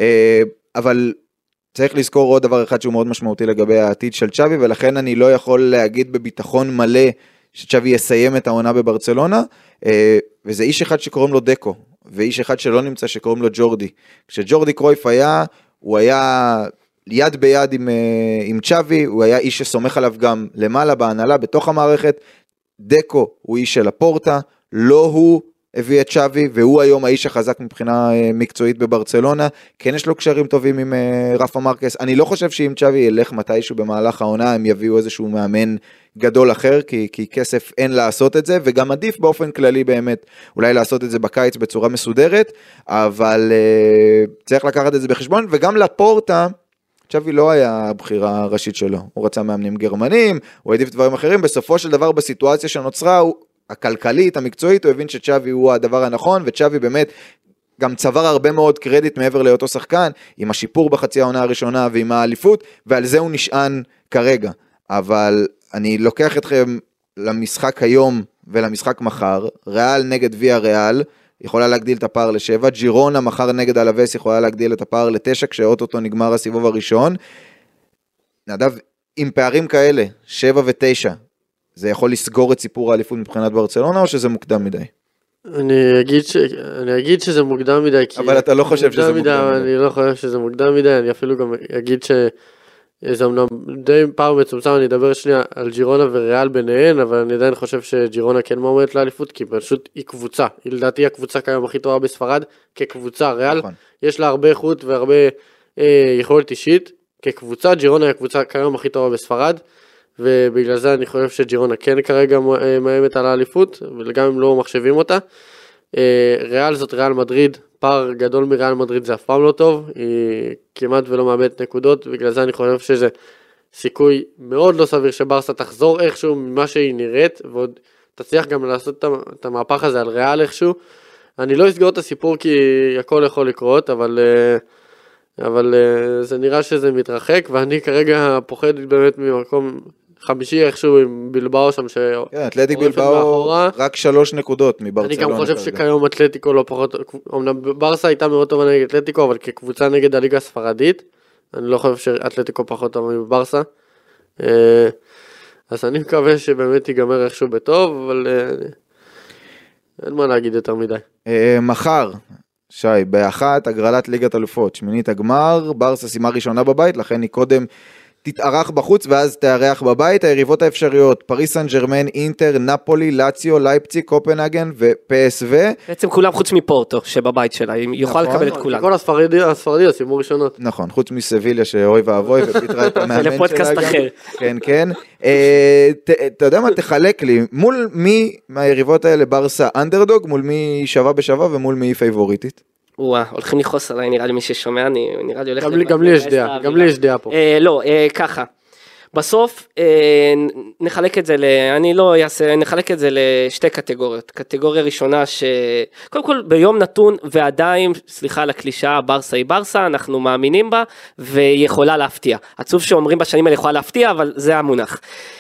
אבל צריך לזכור עוד דבר אחד שהוא מאוד משמעותי לגבי העתיד של צ'אבי, ולכן אני לא יכול להגיד בביטחון מלא שצ'אבי יסיים את העונה בברצלונה, וזה איש אחד שקוראים לו דקו, ואיש אחד שלא נמצא שקוראים לו ג'ורדי. כשג'ורדי קרויף היה, הוא היה יד ביד עם צ'אבי, הוא היה איש שסומך עליו גם למעלה בהנהלה, בתוך המערכת. דקו הוא איש של הפורטה, לא הוא הביא את צ'אבי, והוא היום האיש החזק מבחינה מקצועית בברצלונה, כן יש לו קשרים טובים עם רפה מרקס, אני לא חושב שאם צ'אבי ילך מתישהו במהלך העונה, הם יביאו איזשהו מאמן גדול אחר, כי כסף אין לעשות את זה, וגם עדיף באופן כללי באמת, אולי לעשות את זה בקיץ בצורה מסודרת, אבל צריך לקחת את זה בחשבון, וגם לפורטה, צ'אבי לא היה הבחירה הראשית שלו, הוא רצה מאמנים גרמנים, הוא העדיף דברים אחרים, בסופו של דבר בסיטואציה שנוצרה, הכלכלית, המקצועית, הוא הבין שצ'אבי הוא הדבר הנכון, וצ'אבי באמת גם צבר הרבה מאוד קרדיט מעבר לאותו שחקן, עם השיפור בחצי העונה הראשונה ועם האליפות, ועל זה הוא נשען כרגע. אבל אני לוקח אתכם למשחק היום ולמשחק מחר, ריאל נגד ויה ריאל, יכולה להגדיל את הפער ל7, ג'ירונה מחר נגד אלווס יכולה להגדיל את הפער ל9, כשאוטוטו נגמר הסיבוב הראשון. נדב, עם פערים כאלה, 7 ו9, זה יכול לסגור את סיפור האליפות מבחינת ברצלונה, או שזה מוקדם מדי? אני אגיד שזה מוקדם מדי. אבל אתה לא חושב שזה מוקדם מדי. אני לא חושב שזה מוקדם מדי, אני אפילו גם אגיד שזה אמנם די פער מצומצם, אני אדבר שנייה על ג'ירונה וריאל ביניהן, אבל אני עדיין חושב שג'ירונה כן מועמדת לאליפות, כי פשוט היא קבוצה, היא לדעתי הקבוצה כיום הכי טובה בספרד, כקבוצה, ריאל יש לה הרבה איכות והרבה יכולת אישית, כקבוצה, ג'ירונה היא הקבוצה כיום הכי טובה בספרד, ובגלל זה אני חושב שג'ירונה כן כרגע מאיימת על האליפות, וגם אם לא מחשבים אותה. ריאל זאת ריאל מדריד, פער גדול מריאל מדריד זה אף פעם לא טוב, היא כמעט ולא מאבדת נקודות, בגלל זה אני חושב שזה סיכוי מאוד לא סביר שברסה תחזור איכשהו ממה שהיא נראית, ועוד תצליח גם לעשות את המהפך הזה על ריאל איכשהו. אני לא אסגור את הסיפור כי הכל יכול לקרות, אבל זה נראה שזה מתרחק, ואני כרגע פוחד באמת ממקום חמישי איכשהו עם בלבאו שם אתלטיק בלבאו רק 3 נקודות מברצלונה. אני גם חושב שכיום אתלטיקו לא פחות, אמנם ברסה הייתה מאוד טובה נגד אתלטיקו, אבל כקבוצה נגד הליגה הספרדית, אני לא חושב שאתלטיקו פחות טובה מברסה, אז אני מקווה שבאמת ייגמר איכשהו בטוב, אבל אין מה להגיד יותר מדי. מחר, שי, באחת, הגרלת ליגת אלופות, שמינית הגמר, ברסה סיימה ראשונה בבית, לכן היא קודם תתארח בחוץ ואז תארח בבית. היריבות האפשריות, פריס סן ז'רמן, אינטר, נפולי, לאציו, לייפציג, קופנהגן ופסו. בעצם כולם חוץ מפורטו שבבית שלה, היא יוכל לקבל את כולם. כל הספרדיות סיימו ראשונות. נכון, חוץ מסביליה שאוי ואבוי ופיתרה את המאמן שלה. זה לפודקאסט אחר. כן, כן. אתה יודע מה, תחלק לי, מול מי מהיריבות האלה ברסה אנדרדוג, מול מי שווה בשווה ומול מי פייבוריטית? הולכים לכעוס עליי, נראה לי מי ששומע, נראה לי הולך... גם לי יש דעה פה. לא, ככה. בסוף נחלק את זה נחלק את זה לשתי קטגוריות. קטגוריה ראשונה קודם כל ביום נתון ועדיין, סליחה על הקלישאה, ברסה היא ברסה, אנחנו מאמינים בה והיא יכולה להפתיע. עצוב שאומרים בשנים האלה יכולה להפתיע, אבל זה המונח.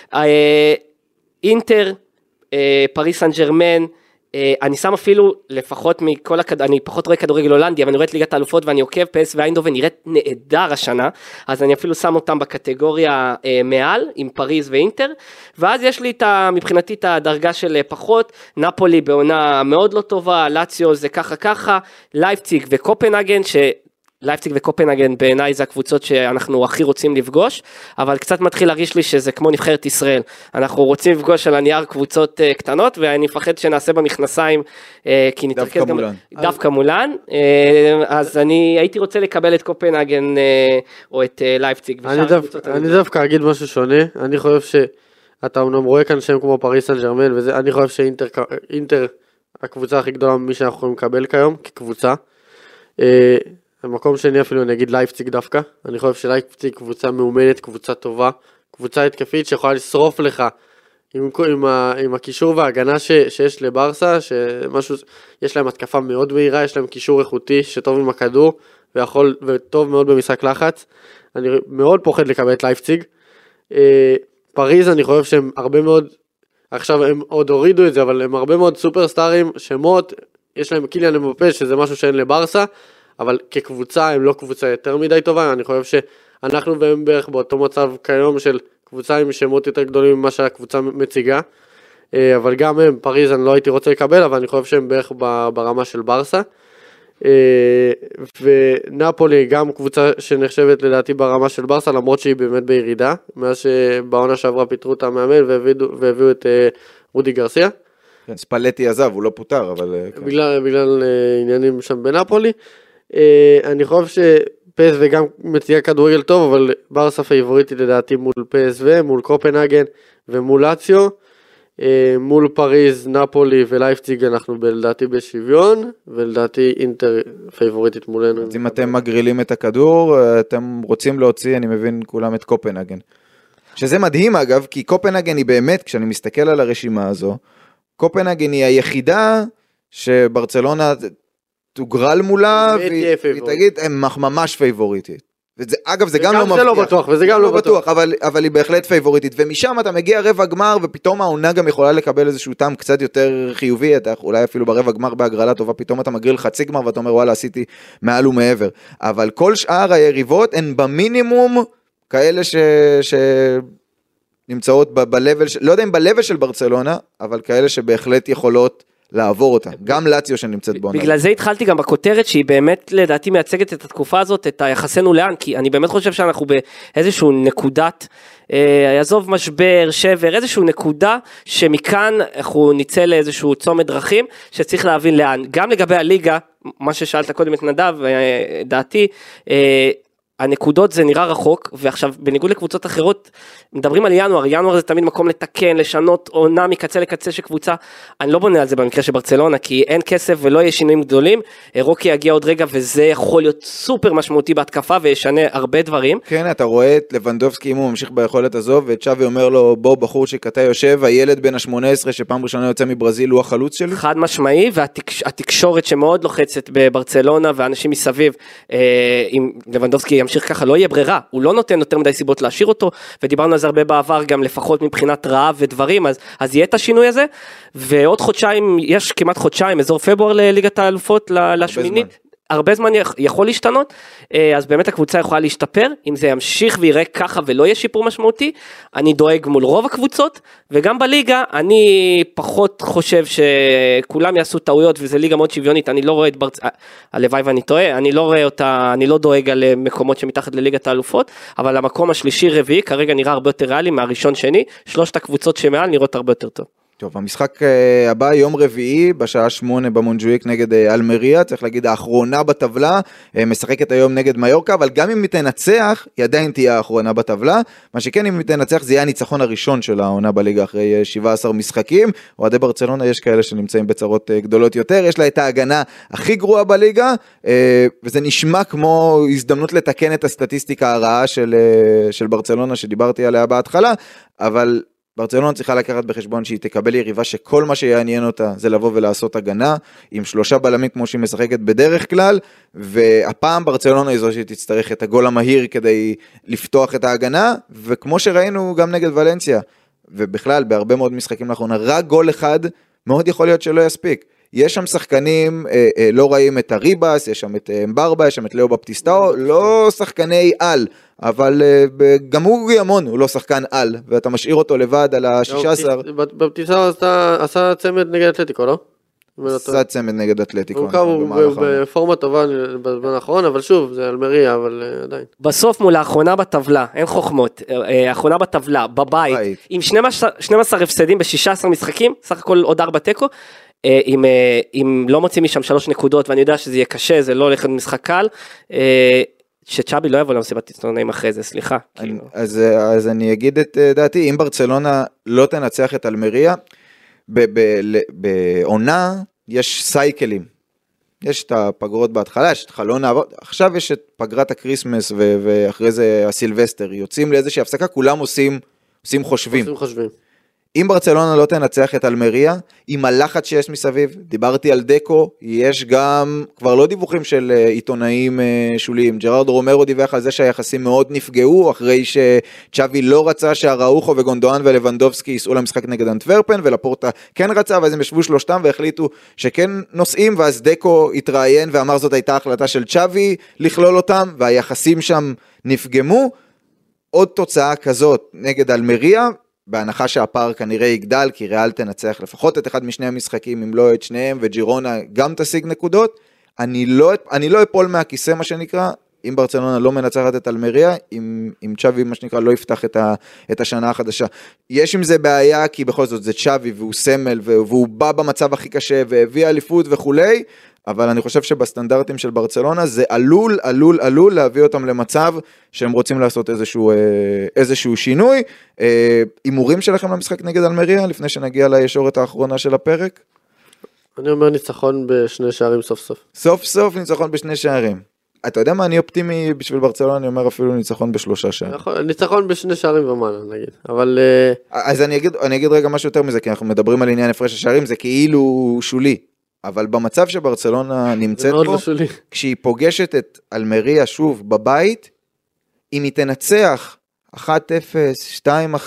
אינטר, פריס סן ז'רמן, אני שם אפילו לפחות אני פחות רואה כדורגל הולנדי, אבל אני רואה את ליגת האלופות ואני עוקב, פס ואיינדובן נראית נהדר השנה, אז אני אפילו שם אותם בקטגוריה מעל, עם פריז ואינטר, ואז יש לי מבחינתי את הדרגה של פחות, נפולי בעונה מאוד לא טובה, לאציו זה ככה, לייפציג וקופנהגן, לייפציג וקופנהגן בעיניי זה הקבוצות שאנחנו הכי רוצים לפגוש, אבל קצת מתחיל להרגיש לי שזה כמו נבחרת ישראל, אנחנו רוצים לפגוש על הנייר קבוצות קטנות, ואני מפחד שנעשה במכנסיים, כי נתרכז גם דווקא מולן, אז אני הייתי רוצה לקבל את קופנהגן או את לייפציג. אני דווקא אגיד משהו שונה, אני חושב שאתה אומנם רואה כאן שם כמו פריס סן ז'רמן, ואני חושב שאינטר הקבוצה הכי גדולה ממי שאנחנו יכולים לקבל כיום, כקבוצה, במקום שני אפילו אני אגיד לייפציג דווקא, אני חושב שלייפציג קבוצה מאומנת, קבוצה טובה, קבוצה התקפית שיכולה לשרוף לך עם הקישור וההגנה שיש לברסה, יש להם התקפה מאוד מהירה, יש להם קישור איכותי שטוב עם הכדור, וטוב מאוד במשחק לחץ, אני מאוד פוחד לקבל את לייפציג. פריז אני חושב שהם הרבה מאוד, עכשיו הם עוד הורידו את זה, אבל הם הרבה מאוד סופרסטארים, שמות, יש להם קיליאן אמבפה שזה משהו שאין לברסה, אבל כקבוצה הם לא קבוצה יותר מדי טובה, אני חושב שאנחנו והם בערך באותו מצב כיום של קבוצה עם שמות יותר גדולים ממה שהקבוצה מציגה, אבל גם הם, פריז אני לא הייתי רוצה לקבל, אבל אני חושב שהם בערך ברמה של ברסה, ונפולי גם קבוצה שנחשבת לדעתי ברמה של ברסה, למרות שהיא באמת בירידה, מאז שבעונה שעברה פיתרו את המאמן והביאו את רודי גרסיה. ספלטי עזב, הוא לא פוטר, אבל... בגלל עניינים שם בנפולי, אני חושב שפס וגם מציעה כדורגל טוב, אבל ברסה פייבוריטית לדעתי מול פס ומול קופנהגן ומול לאציו, מול פריז, נפולי ולייפציג אנחנו לדעתי בשוויון, ולדעתי אינטר פייבוריטית מולנו. אז אם אתם מגרילים את הכדור, אתם רוצים להוציא, אני מבין כולם את קופנהגן. שזה מדהים אגב, כי קופנהגן היא באמת, כשאני מסתכל על הרשימה הזו, קופנהגן היא היחידה שברצלונה תוגרל מולה, והיא תגיד, הם ממש פייבוריטית. אגב, זה גם לא מבטיח. וזה לא בטוח, וזה גם לא בטוח. אבל היא בהחלט פייבוריטית. ומשם אתה מגיע רבע גמר, ופתאום העונה גם יכולה לקבל איזשהו טעם קצת יותר חיובי, אתה אולי אפילו ברבע גמר בהגרלה טובה, פתאום אתה מגריל חצי גמר, ואתה אומר, וואלה, עשיתי מעל ומעבר. אבל כל שאר היריבות הן במינימום כאלה נמצאות בלבל, לא יודע אם בלבל של ברצלונה, אבל כאלה שבהחלט יכולות לעבור אותה, גם לאציו שנמצאת בעונה. בגלל זה התחלתי גם בכותרת, שהיא באמת לדעתי מייצגת את התקופה הזאת, את היחסנו לאן, כי אני באמת חושב שאנחנו באיזשהו נקודת, יעזוב משבר, שבר, איזשהו נקודה, שמכאן אנחנו ניצא לאיזשהו צומת דרכים, שצריך להבין לאן. גם לגבי הליגה, מה ששאלת קודם את נדב, דעתי, הנקודות זה נראה רחוק, ועכשיו בניגוד לקבוצות אחרות, מדברים על ינואר זה תמיד מקום לתקן, לשנות עונה מקצה לקצה של קבוצה, אני לא בונה על זה במקרה של ברצלונה, כי אין כסף ולא יהיה שינויים גדולים, רוקי יגיע עוד רגע, וזה יכול להיות סופר משמעותי בהתקפה, וישנה הרבה דברים. כן, אתה רואה את לבנדובסקי, אם הוא ממשיך ביכולת הזו, וצ'אבי אומר לו, בוא בחורשיק, אתה יושב, הילד בן ה-18, שפעם ראשונה יוצא מברזיל, הוא החלוץ שלי? חד משמעי, והתקשורת שמאוד לוחצת בברצלונה, ואנשים מסביב, אם לבנדובסקי ימשיך ככה, לא יהיה ברירה, הוא לא נותן יותר מדי סיבות להשאיר אותו, ודיברנו על זה הרבה בעבר, גם לפחות מבחינת רעב ודברים, אז יהיה את השינוי הזה, ועוד חודשיים, יש כמעט חודשיים, אזור פברואר לליגת האלופות לשמינית, הרבה זמן יכול להשתנות, אז באמת הקבוצה יכולה להשתפר, אם זה ימשיך ויראה ככה ולא יהיה שיפור משמעותי, אני דואג מול רוב הקבוצות, וגם בליגה אני פחות חושב שכולם יעשו טעויות, וזה ליגה מאוד שוויונית, אני לא רואה את הלוואי ואני טועה, אני לא רואה אותה, אני לא דואג על מקומות שמתחת לליגת האלופות, אבל המקום השלישי רביעי כרגע נראה הרבה יותר ריאלי מהראשון שני, שלושת הקבוצות שמעל נראות הרבה יותר טוב. טוב, המשחק הבא יום רביעי בשעה 8 במונג'וויק נגד אלמריה, צריך להגיד האחרונה בטבלה, משחקת היום נגד מיורקה, אבל גם אם היא תנצח, היא עדיין תהיה האחרונה בטבלה, מה שכן אם היא תנצח זה יהיה הניצחון הראשון של העונה בליגה אחרי 17 משחקים, אוהדי ברצלונה יש כאלה שנמצאים בצרות גדולות יותר, יש לה את ההגנה הכי גרועה בליגה, וזה נשמע כמו הזדמנות לתקן את הסטטיסטיקה הרעה של ברצלונה שדיברתי עליה בהתחלה, אבל ברצלונה צריכה לקחת בחשבון שהיא תקבל יריבה שכל מה שיעניין אותה זה לבוא ולעשות הגנה, עם 3 בלמים כמו שהיא משחקת בדרך כלל, והפעם ברצלונה היא זו שתצטרך את הגול המהיר כדי לפתוח את ההגנה, וכמו שראינו גם נגד ולנסיה, ובכלל בהרבה מאוד משחקים לאחרונה, רק גול אחד מאוד יכול להיות שלא יספיק. יש שם שחקנים, לא רואים את הריבס, יש שם את אמברבה, יש שם את לאו בפטיסטאו, לא שחקני על, אבל גם הוא ימון, הוא לא שחקן על, ואתה משאיר אותו לבד על ה-16. בפטיסטאו עשה צמד נגד אתלטיקו, לא? עשה צמד נגד אתלטיקו. הוא בפורמה טובה בזמן האחרון, אבל שוב, זה אלמריה, אבל עדיין. בסוף מול האחרונה בטבלה, אין חוכמות, האחרונה בטבלה, בבית, עם 12 הפסדים ב-16 משחקים, סך הכל עוד 4 תיקו, אם לא מוצאים משם 3 נקודות, ואני יודע שזה יהיה קשה, זה לא הולך למשחק קל, שצ'אבי לא יבוא למסיבת עיתונאים אחרי זה, סליחה. אז אני אגיד את דעתי, אם ברצלונה לא תנצח את אלמריה, בעונה יש סייקלים, יש את הפגרות בהתחלה, יש את חלון העבוד, עכשיו יש את פגרת הקריסמס, ואחרי זה הסילבסטר, יוצאים לאיזושהי הפסקה, כולם עושים חושבים. אם ברצלונה לא תנצח את אלמריה, עם הלחץ שיש מסביב, דיברתי על דקו, יש גם, כבר לא דיווחים של עיתונאים שוליים, ג'רארד רומרו דיווח על זה שהיחסים מאוד נפגעו, אחרי שצ'אבי לא רצה שהראוחו וגונדואן ולבנדובסקי ייסעו למשחק נגד אנטוורפן, ולפורטה כן רצה, ואז הם ישבו שלושתם והחליטו שכן נוסעים, ואז דקו התראיין ואמר זאת הייתה החלטה של צ'אבי לכלול אותם, והיחסים שם נפגמו, עוד תוצאה כזאת נגד אלמריה, בהנחה שהפער כנראה יגדל, כי ריאל תנצח לפחות את אחד משני המשחקים, אם לא את שניהם, וג'ירונה גם תשיג נקודות, אני לא אפול מהכיסא מה שנקרא, אם ברצלונה לא מנצחת את אלמריה, אם צ'אבי מה שנקרא לא יפתח את השנה החדשה. יש עם זה בעיה, כי בכל זאת זה צ'אבי והוא סמל, והוא בא במצב הכי קשה, והביא אליפות וכולי, אבל אני חושב שבסטנדרטים של ברצלונה, זה עלול להביא אותם למצב, שהם רוצים לעשות איזשהו שינוי. אימורים שלכם למשחק נגד אלמריה, לפני שנגיע לישורת האחרונה של הפרק? אני אומר ניצחון בשני שערים סוף סוף. סוף סוף ניצחון בשני שערים. אתה יודע מה, אני אופטימי בשביל ברצלונה, אני אומר אפילו ניצחון ב3 שערים. ניצחון בשני שערים ומעלה, נגיד. אבל... אז אני אגיד רגע משהו יותר מזה, כי אנחנו מדברים על עניין הפרש השערים, זה כאילו שולי. אבל במצב שברצלונה נמצאת פה, כשהיא פוגשת את אלמריה שוב בבית, אם היא תנצח 1-0, 2-1,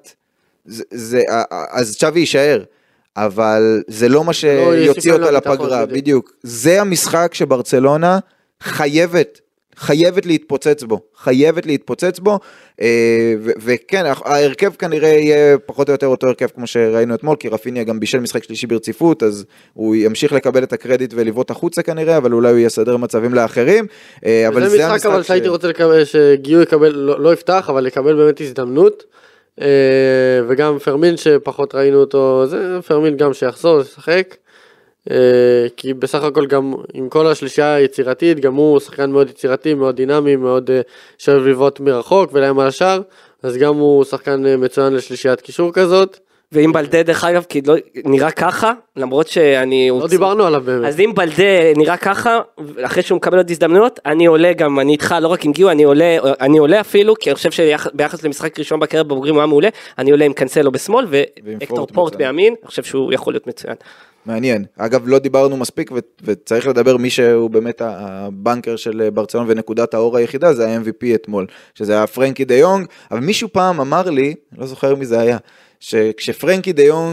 אז צ'אבי יישאר. אבל זה לא מה שיוציא אותה לפגרה, בדיוק. זה המשחק שברצלונה חייבת להתפוצץ בו, וכן, ההרכב כנראה יהיה פחות או יותר אותו הרכב כמו שראינו אתמול, כי רפיניה גם בישל משחק שלישי ברציפות, אז הוא ימשיך לקבל את הקרדיט ולבוא החוצה כנראה, אבל אולי הוא יסדר מצבים לאחרים. זה משחק אבל שהייתי רוצה לקבל, שגיו יקבל, לא יפתח, אבל יקבל באמת הזדמנות, וגם פרמין שפחות ראינו אותו, זה פרמין גם שיחזור לשחק, כי בסך הכל גם עם כל השלישייה היצירתית, גם הוא שחקן מאוד יצירתי, מאוד דינמי, מאוד שאוהב לבעוט מרחוק ולהם על השאר, אז גם הוא שחקן מצוין לשלישיית קישור כזאת. ואם בלדה דרך אגב, כי לא נראה ככה, למרות שאני... לא דיברנו עליו באמת. אז אם בלדה נראה ככה, אחרי שהוא מקבל עוד הזדמנויות, אני עולה גם, אני איתך, לא רק עם גיו, אני עולה אפילו, כי אני חושב שביחס למשחק ראשון בקריירה בבוגרים הוא היה מעולה, אני עולה עם קנסלו בשמאל, ואקטור פורט בימין, אני חושב שהוא יכול להיות מצוין. מעניין. אגב, לא דיברנו מספיק, וצריך לדבר מי שהוא באמת הבנקר של ברצלונה, ונקודת האור היחידה, זה ה-MVP אתמול, שזה היה פרנקי דה יונג, אבל מישהו פעם אמר לי, לא זוכר מי זה היה, שכשפרנקי דה יונג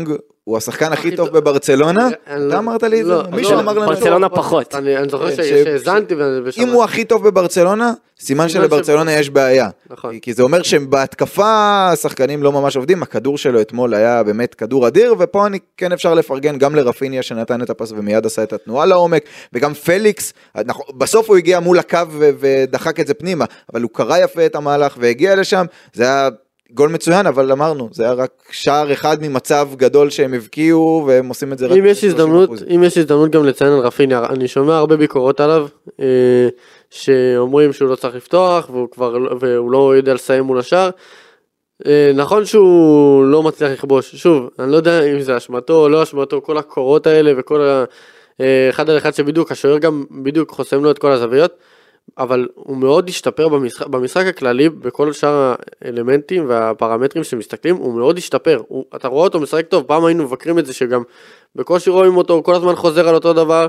הוא השחקן הכי טוב בברצלונה, אתה אמרת לי את זה? מישהו אמר לנו... ברצלונה פחות. אני זוכר שהזנתי. אם הוא הכי טוב בברצלונה, סימן שלברצלונה יש בעיה. כי זה אומר שבהתקפה השחקנים לא ממש עובדים, הכדור שלו אתמול היה באמת כדור אדיר, ופה אני כן אפשר לפרגן גם לרפיניה שנתן את הפס ומיד עשה את התנועה לעומק, וגם פליקס, בסוף הוא הגיע מול הקו ודחק את זה פנימה, אבל הוא קרא יפה את המהלך והגיע לשם, זה היה גול מצוין, אבל אמרנו, זה היה רק שער אחד ממצב גדול שהם הבקיעו, והם עושים את זה רק... אם יש הזדמנות גם לציין על רפיניה, אני שומע הרבה ביקורות עליו, שאומרים שהוא לא צריך לפתוח, והוא לא יודע לסיים מול השער, נכון שהוא לא מצליח לכבוש, שוב, אני לא יודע אם זה אשמתו או לא אשמתו, כל הקורות האלה וכל אחד על אחד שבדיוק, השוער גם בדיוק חוסם לו את כל הזוויות, אבל הוא מאוד השתפר במשחק הכללי, בכל שאר האלמנטים והפרמטרים שמסתכלים, הוא מאוד השתפר, אתה רואה אותו משחק טוב, פעם היינו מבקרים את זה שגם בקושי רואים אותו, הוא כל הזמן חוזר על אותו דבר,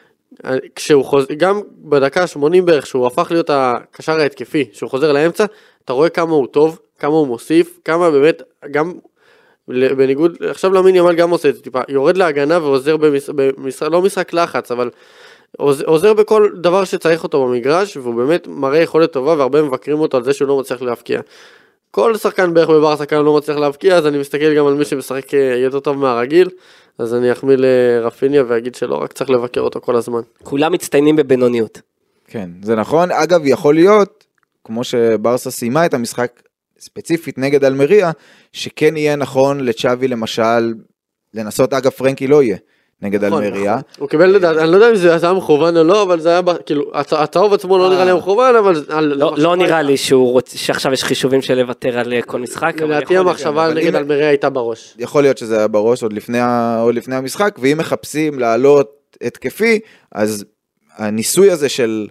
גם בדקה 80 בערך, שהוא הפך להיות הקשר ההתקפי, שהוא חוזר לאמצע, אתה רואה כמה הוא טוב, כמה הוא מוסיף, כמה באמת, גם בניגוד, עכשיו למין ימל גם עושה את זה טיפה, יורד להגנה ועוזר לא משחק לחץ, אבל עוזר בכל דבר שצריך אותו במגרש, והוא באמת מראה יכולת טובה, והרבה מבקרים אותו על זה שהוא לא מצליח להפקיע. כל שחקן בערך בברסה כאן לא מצליח להפקיע, אז אני מסתכל גם על מי שמשחק יותר טוב מהרגיל, אז אני אחמיא לרפיניה ואגיד שלא רק צריך לבקר אותו כל הזמן. כולם מצטיינים בבינוניות. כן, זה נכון. אגב, יכול להיות, כמו שברסה סיימה את המשחק ספציפית נגד אלמריה, שכן יהיה נכון לצ'אבי למשל, לנסות, אגב פרנקי לא יהיה. נגד אלמריה. הוא קיבל לדעת, אני לא יודע אם זה היה מכוון או לא, אבל זה היה, כאילו, הצהוב עצמו לא נראה לי מכוון, אבל... לא נראה לי שעכשיו יש חישובים של לוותר על כל משחק. לדעתי המחשבה נגד אלמריה הייתה בראש. יכול להיות שזה היה בראש עוד לפני המשחק, ואם מחפשים לעלות התקפי, אז הניסוי הזה של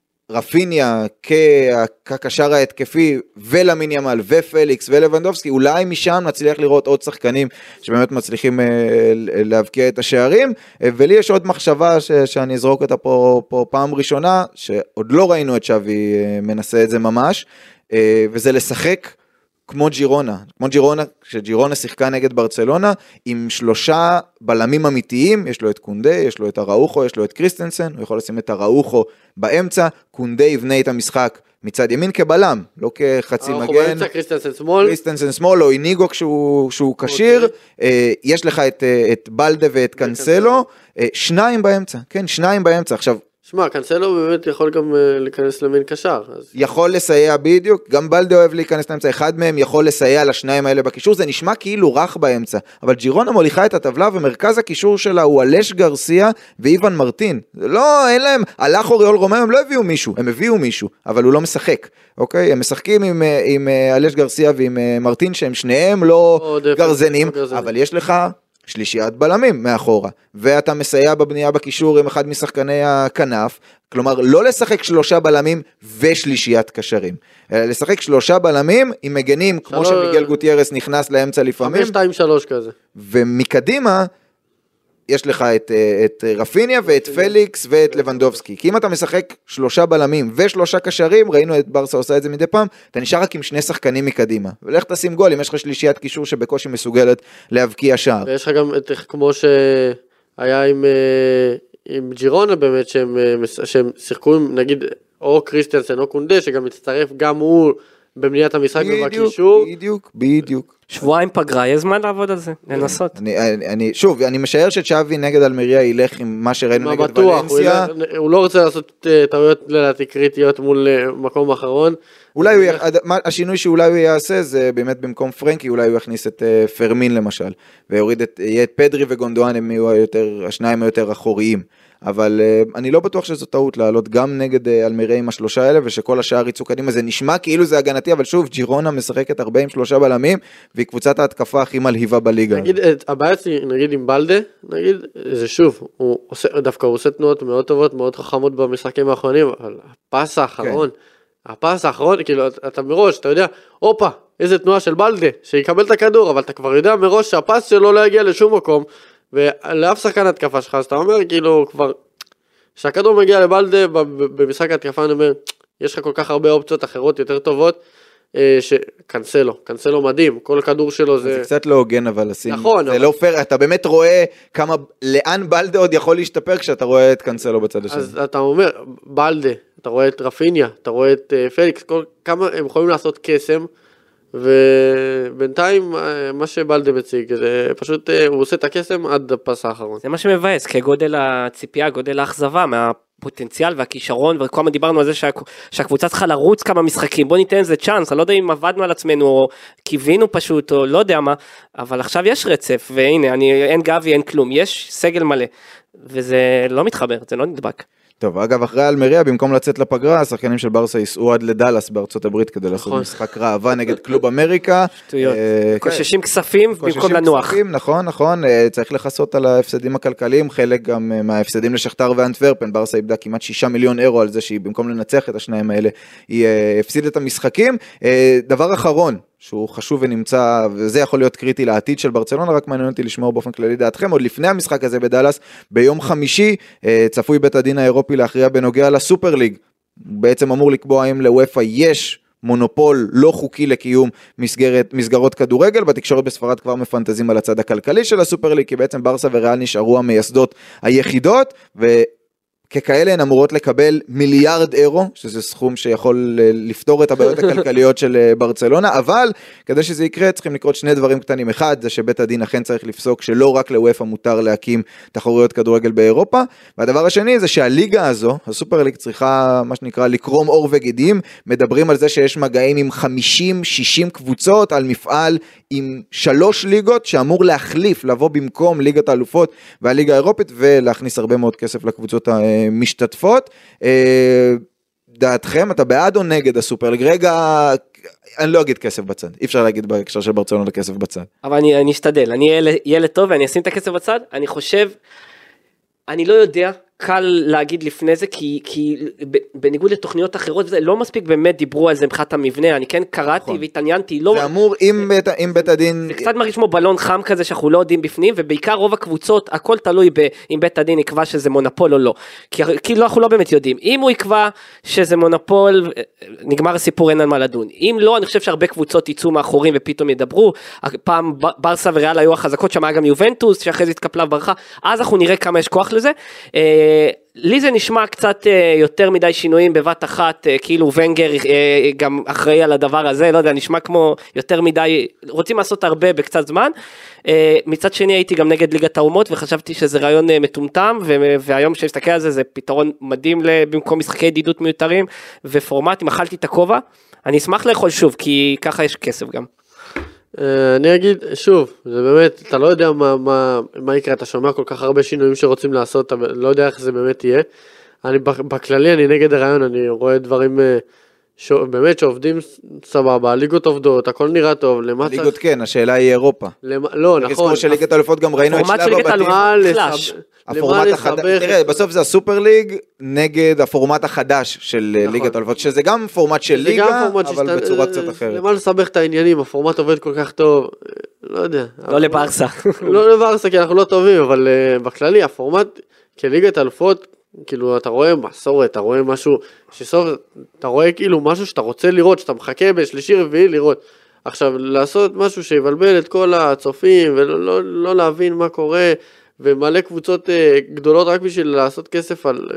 רפיניה כקשר ההתקפי ולמין ימל ופליקס ולוונדובסקי, אולי משם נצליח לראות עוד שחקנים שבאמת מצליחים להבקיע את השערים, ולי יש עוד מחשבה שאני אזרוק אותה פה פעם ראשונה, שעוד לא ראינו את שווי מנסה את זה ממש, וזה לשחק כמו ג'ירונה, כשג'ירונה שיחקה נגד ברצלונה, עם 3 בלמים אמיתיים, יש לו את קונדה, יש לו את הראוחו, יש לו את קריסטנסן, הוא יכול לשים את הראוחו באמצע, קונדה יבנה את המשחק מצד ימין כבלם, לא כחצי מגן. באמצע, קריסטנסן שמאל, או איניגו כשהוא קשיר, יש לך את בלדה ואת קנסלו, 2 באמצע, כן, 2 באמצע, עכשיו, שמע, קנסלו באמת יכול גם להיכנס למין קשר. יכול לסייע בדיוק, גם בלדה אוהב להיכנס לאמצע, אחד מהם יכול לסייע לשניים האלה בקישור, זה נשמע כאילו רך באמצע, אבל ג'ירונה מוליכה את הטבלה, ומרכז הקישור שלה הוא אלש גרסיה ואיוון מרטין. לא, אין להם, הלך אוריול רומאו, הם לא הביאו מישהו, הם הביאו מישהו, אבל הוא לא משחק, אוקיי? הם משחקים עם אלש גרסיה ועם מרטין, שהם שניהם לא גרזנים, אבל יש לך שלישיית בלמים מאחורה, ואתה מסייע בבנייה בקישור עם אחד משחקני הכנף, כלומר לא לשחק 3 בלמים ושלישיית קשרים, לשחק 3 בלמים עם מגנים, כמו שמיגל גוטיירס נכנס לאמצע לפעמים, 5-2-3 כזה, ומקדימה יש לך את רפיניה ואת פליקס ואת לבנדובסקי, כי אם אתה משחק 3 בלמים ו3 קשרים, ראינו את ברסה עושה את זה מדי פעם, אתה נשאר רק עם 2 שחקנים מקדימה, ולך תשים גול אם יש לך שלישיית קישור שבקושי מסוגלת להבקיע שער. ויש לך גם כמו שהיה עם ג'ירונה באמת, שהם שיחקו עם נגיד או קריסטנסן או קונדה, שגם מצטרף גם הוא במניעת המשחק ובקישור. בדיוק. שבועיים פגרה, יש זמן לעבוד על זה, לנסות. שוב, אני משער שצ'אבי נגד אלמריה ילך עם מה שראינו נגד ולנסיה. הוא לא רוצה לעשות טעויות לדעתי קריטיות מול מקום אחרון. אולי השינוי שאולי הוא יעשה זה באמת במקום פרנקי, אולי הוא יכניס את פרמין למשל, ויוריד יהיה את פדרי וגונדואן, הם יהיו השניים היותר אחוריים. אבל אני לא בטוח שזו טעות לעלות גם נגד אלמריה עם 3 האלה, ושכל השאר יצאו קדימה, זה נשמע כאילו זה הגנתי, אבל שוב, ג'ירונה משחקת 40 עם 3 בלמים, והיא קבוצת ההתקפה הכי מלהיבה בליגה. נגיד, הבעיה נגיד עם בלדה, נגיד, זה שוב, דווקא הוא עושה תנועות מאוד טובות, מאוד חכמות במשחקים האחרונים, אבל הפס האחרון, כאילו, אתה מראש, אתה יודע, אופה, איזה תנועה של בלדה, שיקבל את הכדור, אבל אתה כבר יודע מראש שהפס שלו לא יגיע לשום מקום, ולאף שחקן התקפה שלך, אז אתה אומר, כאילו, כבר, שהכדור מגיע לבלדה, במשחק התקפה אני אומר, יש לך כל כך הרבה אופציות אחרות יותר טובות, קנסלו מדהים, כל כדור שלו זה... זה קצת לא הוגן אבל לשים, נכון, זה לא פייר, אתה באמת רואה לאן בלדה עוד יכול להשתפר כשאתה רואה את קנסלו בצד השני. אז אתה אומר, בלדה, אתה רואה את רפיניה, אתה רואה את פליקס, כמה הם יכולים לעשות קסם, ובינתיים מה שבלדה מציג, זה פשוט, הוא עושה את הקסם עד הפס האחרון. זה מה שמבאס, כגודל הציפייה, גודל האכזבה, מהפוטנציאל והכישרון, וכל מה דיברנו על זה שהקבוצה צריכה לרוץ כמה משחקים, בוא ניתן איזה צ'אנס, אני לא יודע אם עבדנו על עצמנו, או קיווינו פשוט, או לא יודע מה, אבל עכשיו יש רצף, והנה, אין גבי, אין כלום, יש סגל מלא, וזה לא מתחבר, זה לא נדבק. טוב, אגב, אחרי אלמריה, במקום לצאת לפגרה, השחקנים של ברסה ייסעו עד לדלס בארצות הברית, כדי לעשות משחק ראווה נגד קלוב אמריקה. שטויות. קוששים כספים במקום לנוח. נכון, צריך לחסות על ההפסדים הכלכליים, חלק גם מההפסדים לשכתר ואנטוורפן, ברסה איבדה כמעט 6 מיליון אירו על זה שהיא במקום לנצח את השניים האלה, היא הפסידה את המשחקים. דבר אחרון, שהוא חשוב ונמצא, וזה יכול להיות קריטי לעתיד של ברצלונה, רק מעניין אותי לשמור באופן כללי דעתכם, עוד לפני המשחק הזה בדלס, ביום חמישי, צפוי בית הדין האירופי להכריע בנוגע לסופר ליג, בעצם אמור לקבוע אם לוופא יש מונופול לא חוקי לקיום מסגרות כדורגל, בתקשורת בספרד כבר מפנטזים על הצד הכלכלי של הסופר ליג, כי בעצם ברסה וריאל נשארו המייסדות היחידות, ככאלה הן אמורות לקבל מיליארד אירו, שזה סכום שיכול לפתור את הבעיות הכלכליות של ברצלונה, אבל כדי שזה יקרה צריכים לקרות שני דברים קטנים. אחד, זה שבית הדין אכן צריך לפסוק שלא רק לוופא מותר להקים תחרויות כדורגל באירופה, והדבר השני זה שהליגה הזו, הסופר ליג צריכה מה שנקרא לקרום אור וגידים, מדברים על זה שיש מגעים עם 50-60 קבוצות על מפעל עם 3 ליגות שאמור להחליף, לבוא במקום ליגת האלופות והליגה האירופית ולהכניס הרבה מאוד כסף לקבוצות משתתפות. דעתכם, אתה בעד או נגד הסופר ליג? רגע, אני לא אגיד כסף בצד, אי אפשר להגיד בהקשר של ברצלונה כסף בצד. אבל אני אשתדל, אני ילד טוב ואני אשים את הכסף בצד, אני חושב, אני לא יודע, קל להגיד לפני זה, כי בניגוד לתוכניות אחרות, זה לא מספיק באמת דיברו על זה מבחינת המבנה, אני כן קראתי והתעניינתי, זה אמור, אם בית הדין... זה קצת מרגיש כמו בלון חם כזה, שאנחנו לא יודעים בפנים, ובעיקר רוב הקבוצות, הכל תלוי אם בית הדין יקבע שזה מונופול או לא, כי אנחנו לא באמת יודעים, אם הוא יקבע שזה מונופול, נגמר הסיפור, אין על מה לדון, אם לא, אני חושב שהרבה קבוצות יצאו מאחורים ופתאום ידברו, פעם ברסה וריאל היו החזקות, שם היה גם יובנטוס, שאחרי זה התקפלה וברחה, אז אנחנו נראה כמה יש כוח לזה. לי זה נשמע קצת יותר מדי שינויים בבת אחת, כאילו ונגר גם אחראי על הדבר הזה, לא יודע, נשמע כמו יותר מדי, רוצים לעשות הרבה בקצת זמן. מצד שני הייתי גם נגד ליגת האומות, וחשבתי שזה רעיון מטומטם, והיום כשנסתכל על זה, זה פתרון מדהים במקום משחקי ידידות מיותרים, ופורמטים, אכלתי את הכובע, אני אשמח לאכול שוב, כי ככה יש כסף גם. אני אגיד, שוב, זה באמת, אתה לא יודע מה יקרה, אתה שומע כל כך הרבה שינויים שרוצים לעשות, אתה לא יודע איך זה באמת יהיה. בכללי אני נגד הרעיון, אני רואה דברים באמת שעובדים סבבה, ליגות עובדות, הכל נראה טוב. ליגות כן, השאלה היא אירופה. לא, נכון. כמו של ליגת האלופות גם ראינו את שלב הבתים. הפורמט החדש, תראה, בסוף זה הסופר ליג נגד הפורמט החדש של ליגת האלופות, שזה גם פורמט של ליגה, אבל בצורה קצת אחרת. למה לסבך את העניינים, הפורמט עובד כל כך טוב, לא יודע. לא לברסה. לא לברסה, כי אנחנו לא טובים, אבל בכללי, הפורמט כליגת האלופות, כאילו אתה רואה מסורת, אתה רואה משהו, אתה רואה כאילו משהו שאתה רוצה לראות, שאתה מחכה בשלישי רביעי לראות. עכשיו, לעשות משהו שיבלבל את כל הצופים, ולא להבין מה קורה, ומלא קבוצות גדולות רק בשביל לעשות כסף על,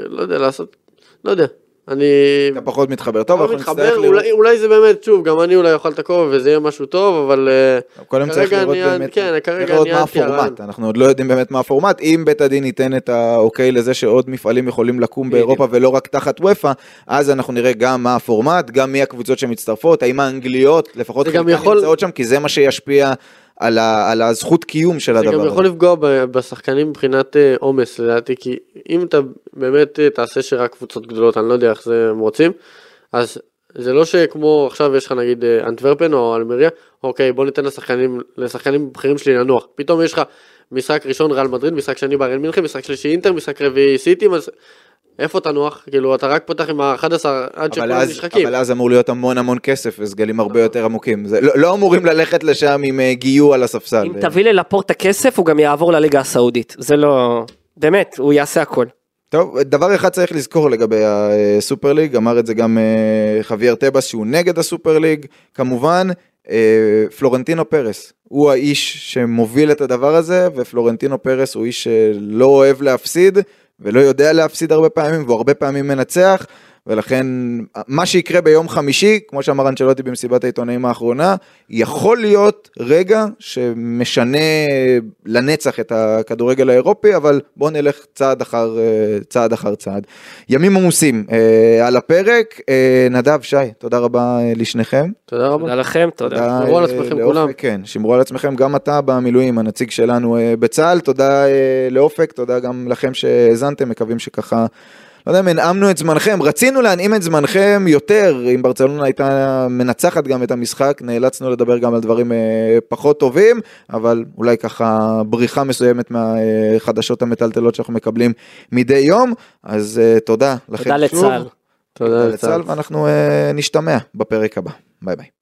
לא יודע, אתה פחות מתחבר, טוב, אנחנו נצטרך לראות. אולי זה באמת, שוב, גם אני אולי אוכל את הכובע וזה יהיה משהו טוב, אבל כרגע לראות מה הפורמט, אנחנו עוד לא יודעים באמת מה הפורמט, אם בית הדין ייתן את האוקיי לזה שעוד מפעלים יכולים לקום באירופה ולא רק תחת וופא, אז אנחנו נראה גם מה הפורמט, גם מי הקבוצות שמצטרפות, האם האנגליות, לפחות חלקן נמצאות שם, כי זה מה שישפיע על הזכות קיום של הדבר הזה. זה גם יכול לפגוע בשחקנים מבחינת עומס, לדעתי, כי אם אתה באמת תעשה שרק קבוצות גדולות, אני לא יודע איך זה הם רוצים, אז זה לא שכמו עכשיו יש לך נגיד אנטוורפן או אלמריה, אוקיי, בוא ניתן לשחקנים בכירים שלי לנוח. פתאום יש לך משחק ראשון ריאל מדריד, משחק שני ביירן מינכן, משחק שלישי אינטר, משחק רביעי סיטי, איפה תנוח? כאילו, אתה רק פותח עם ה-11 עד שכולם נשחקים. אבל אז אמור להיות המון כסף, וסגלים הרבה יותר עמוקים. לא אמורים ללכת לשם עם גיור על הספסל. אם תביא ללפורט הכסף, הוא גם יעבור לליגה הסעודית. זה לא... באמת, הוא יעשה הכל. טוב, דבר אחד צריך לזכור לגבי הסופר ליג, אמר את זה גם חוויאר טבאס שהוא נגד הסופר ליג, כמובן פלורנטינו פרס, הוא האיש שמוביל את הדבר הזה, ופלורנטינו פרס הוא איש שלא אוהב להפסיד, ולא יודע להפסיד הרבה פעמים, והוא הרבה פעמים מנצח, ולכן מה שיקרה ביום חמישי, כמו שאמר אנצ'לוטי במסיבת העיתונאים האחרונה, יכול להיות רגע שמשנה לנצח את הכדורגל האירופי, אבל בואו נלך צעד אחר צעד. ימים עמוסים על הפרק, נדב, שי, תודה רבה לשניכם. תודה רבה. תודה לכם, תודה. שמרו על עצמכם כולם. כן, שמרו על עצמכם, גם אתה במילואים, הנציג שלנו בצה"ל, תודה לאופק, תודה גם לכם שהזנתם, מקווים שככה, לא יודע, הנעמנו את זמנכם, רצינו להנעים את זמנכם יותר, אם ברצלונה הייתה מנצחת גם את המשחק, נאלצנו לדבר גם על דברים פחות טובים, אבל אולי ככה בריחה מסוימת מהחדשות המטלטלות שאנחנו מקבלים מדי יום, אז תודה לכם שוב. תודה לצה"ל. תודה לצה"ל, ואנחנו נשתמע בפרק הבא. ביי ביי.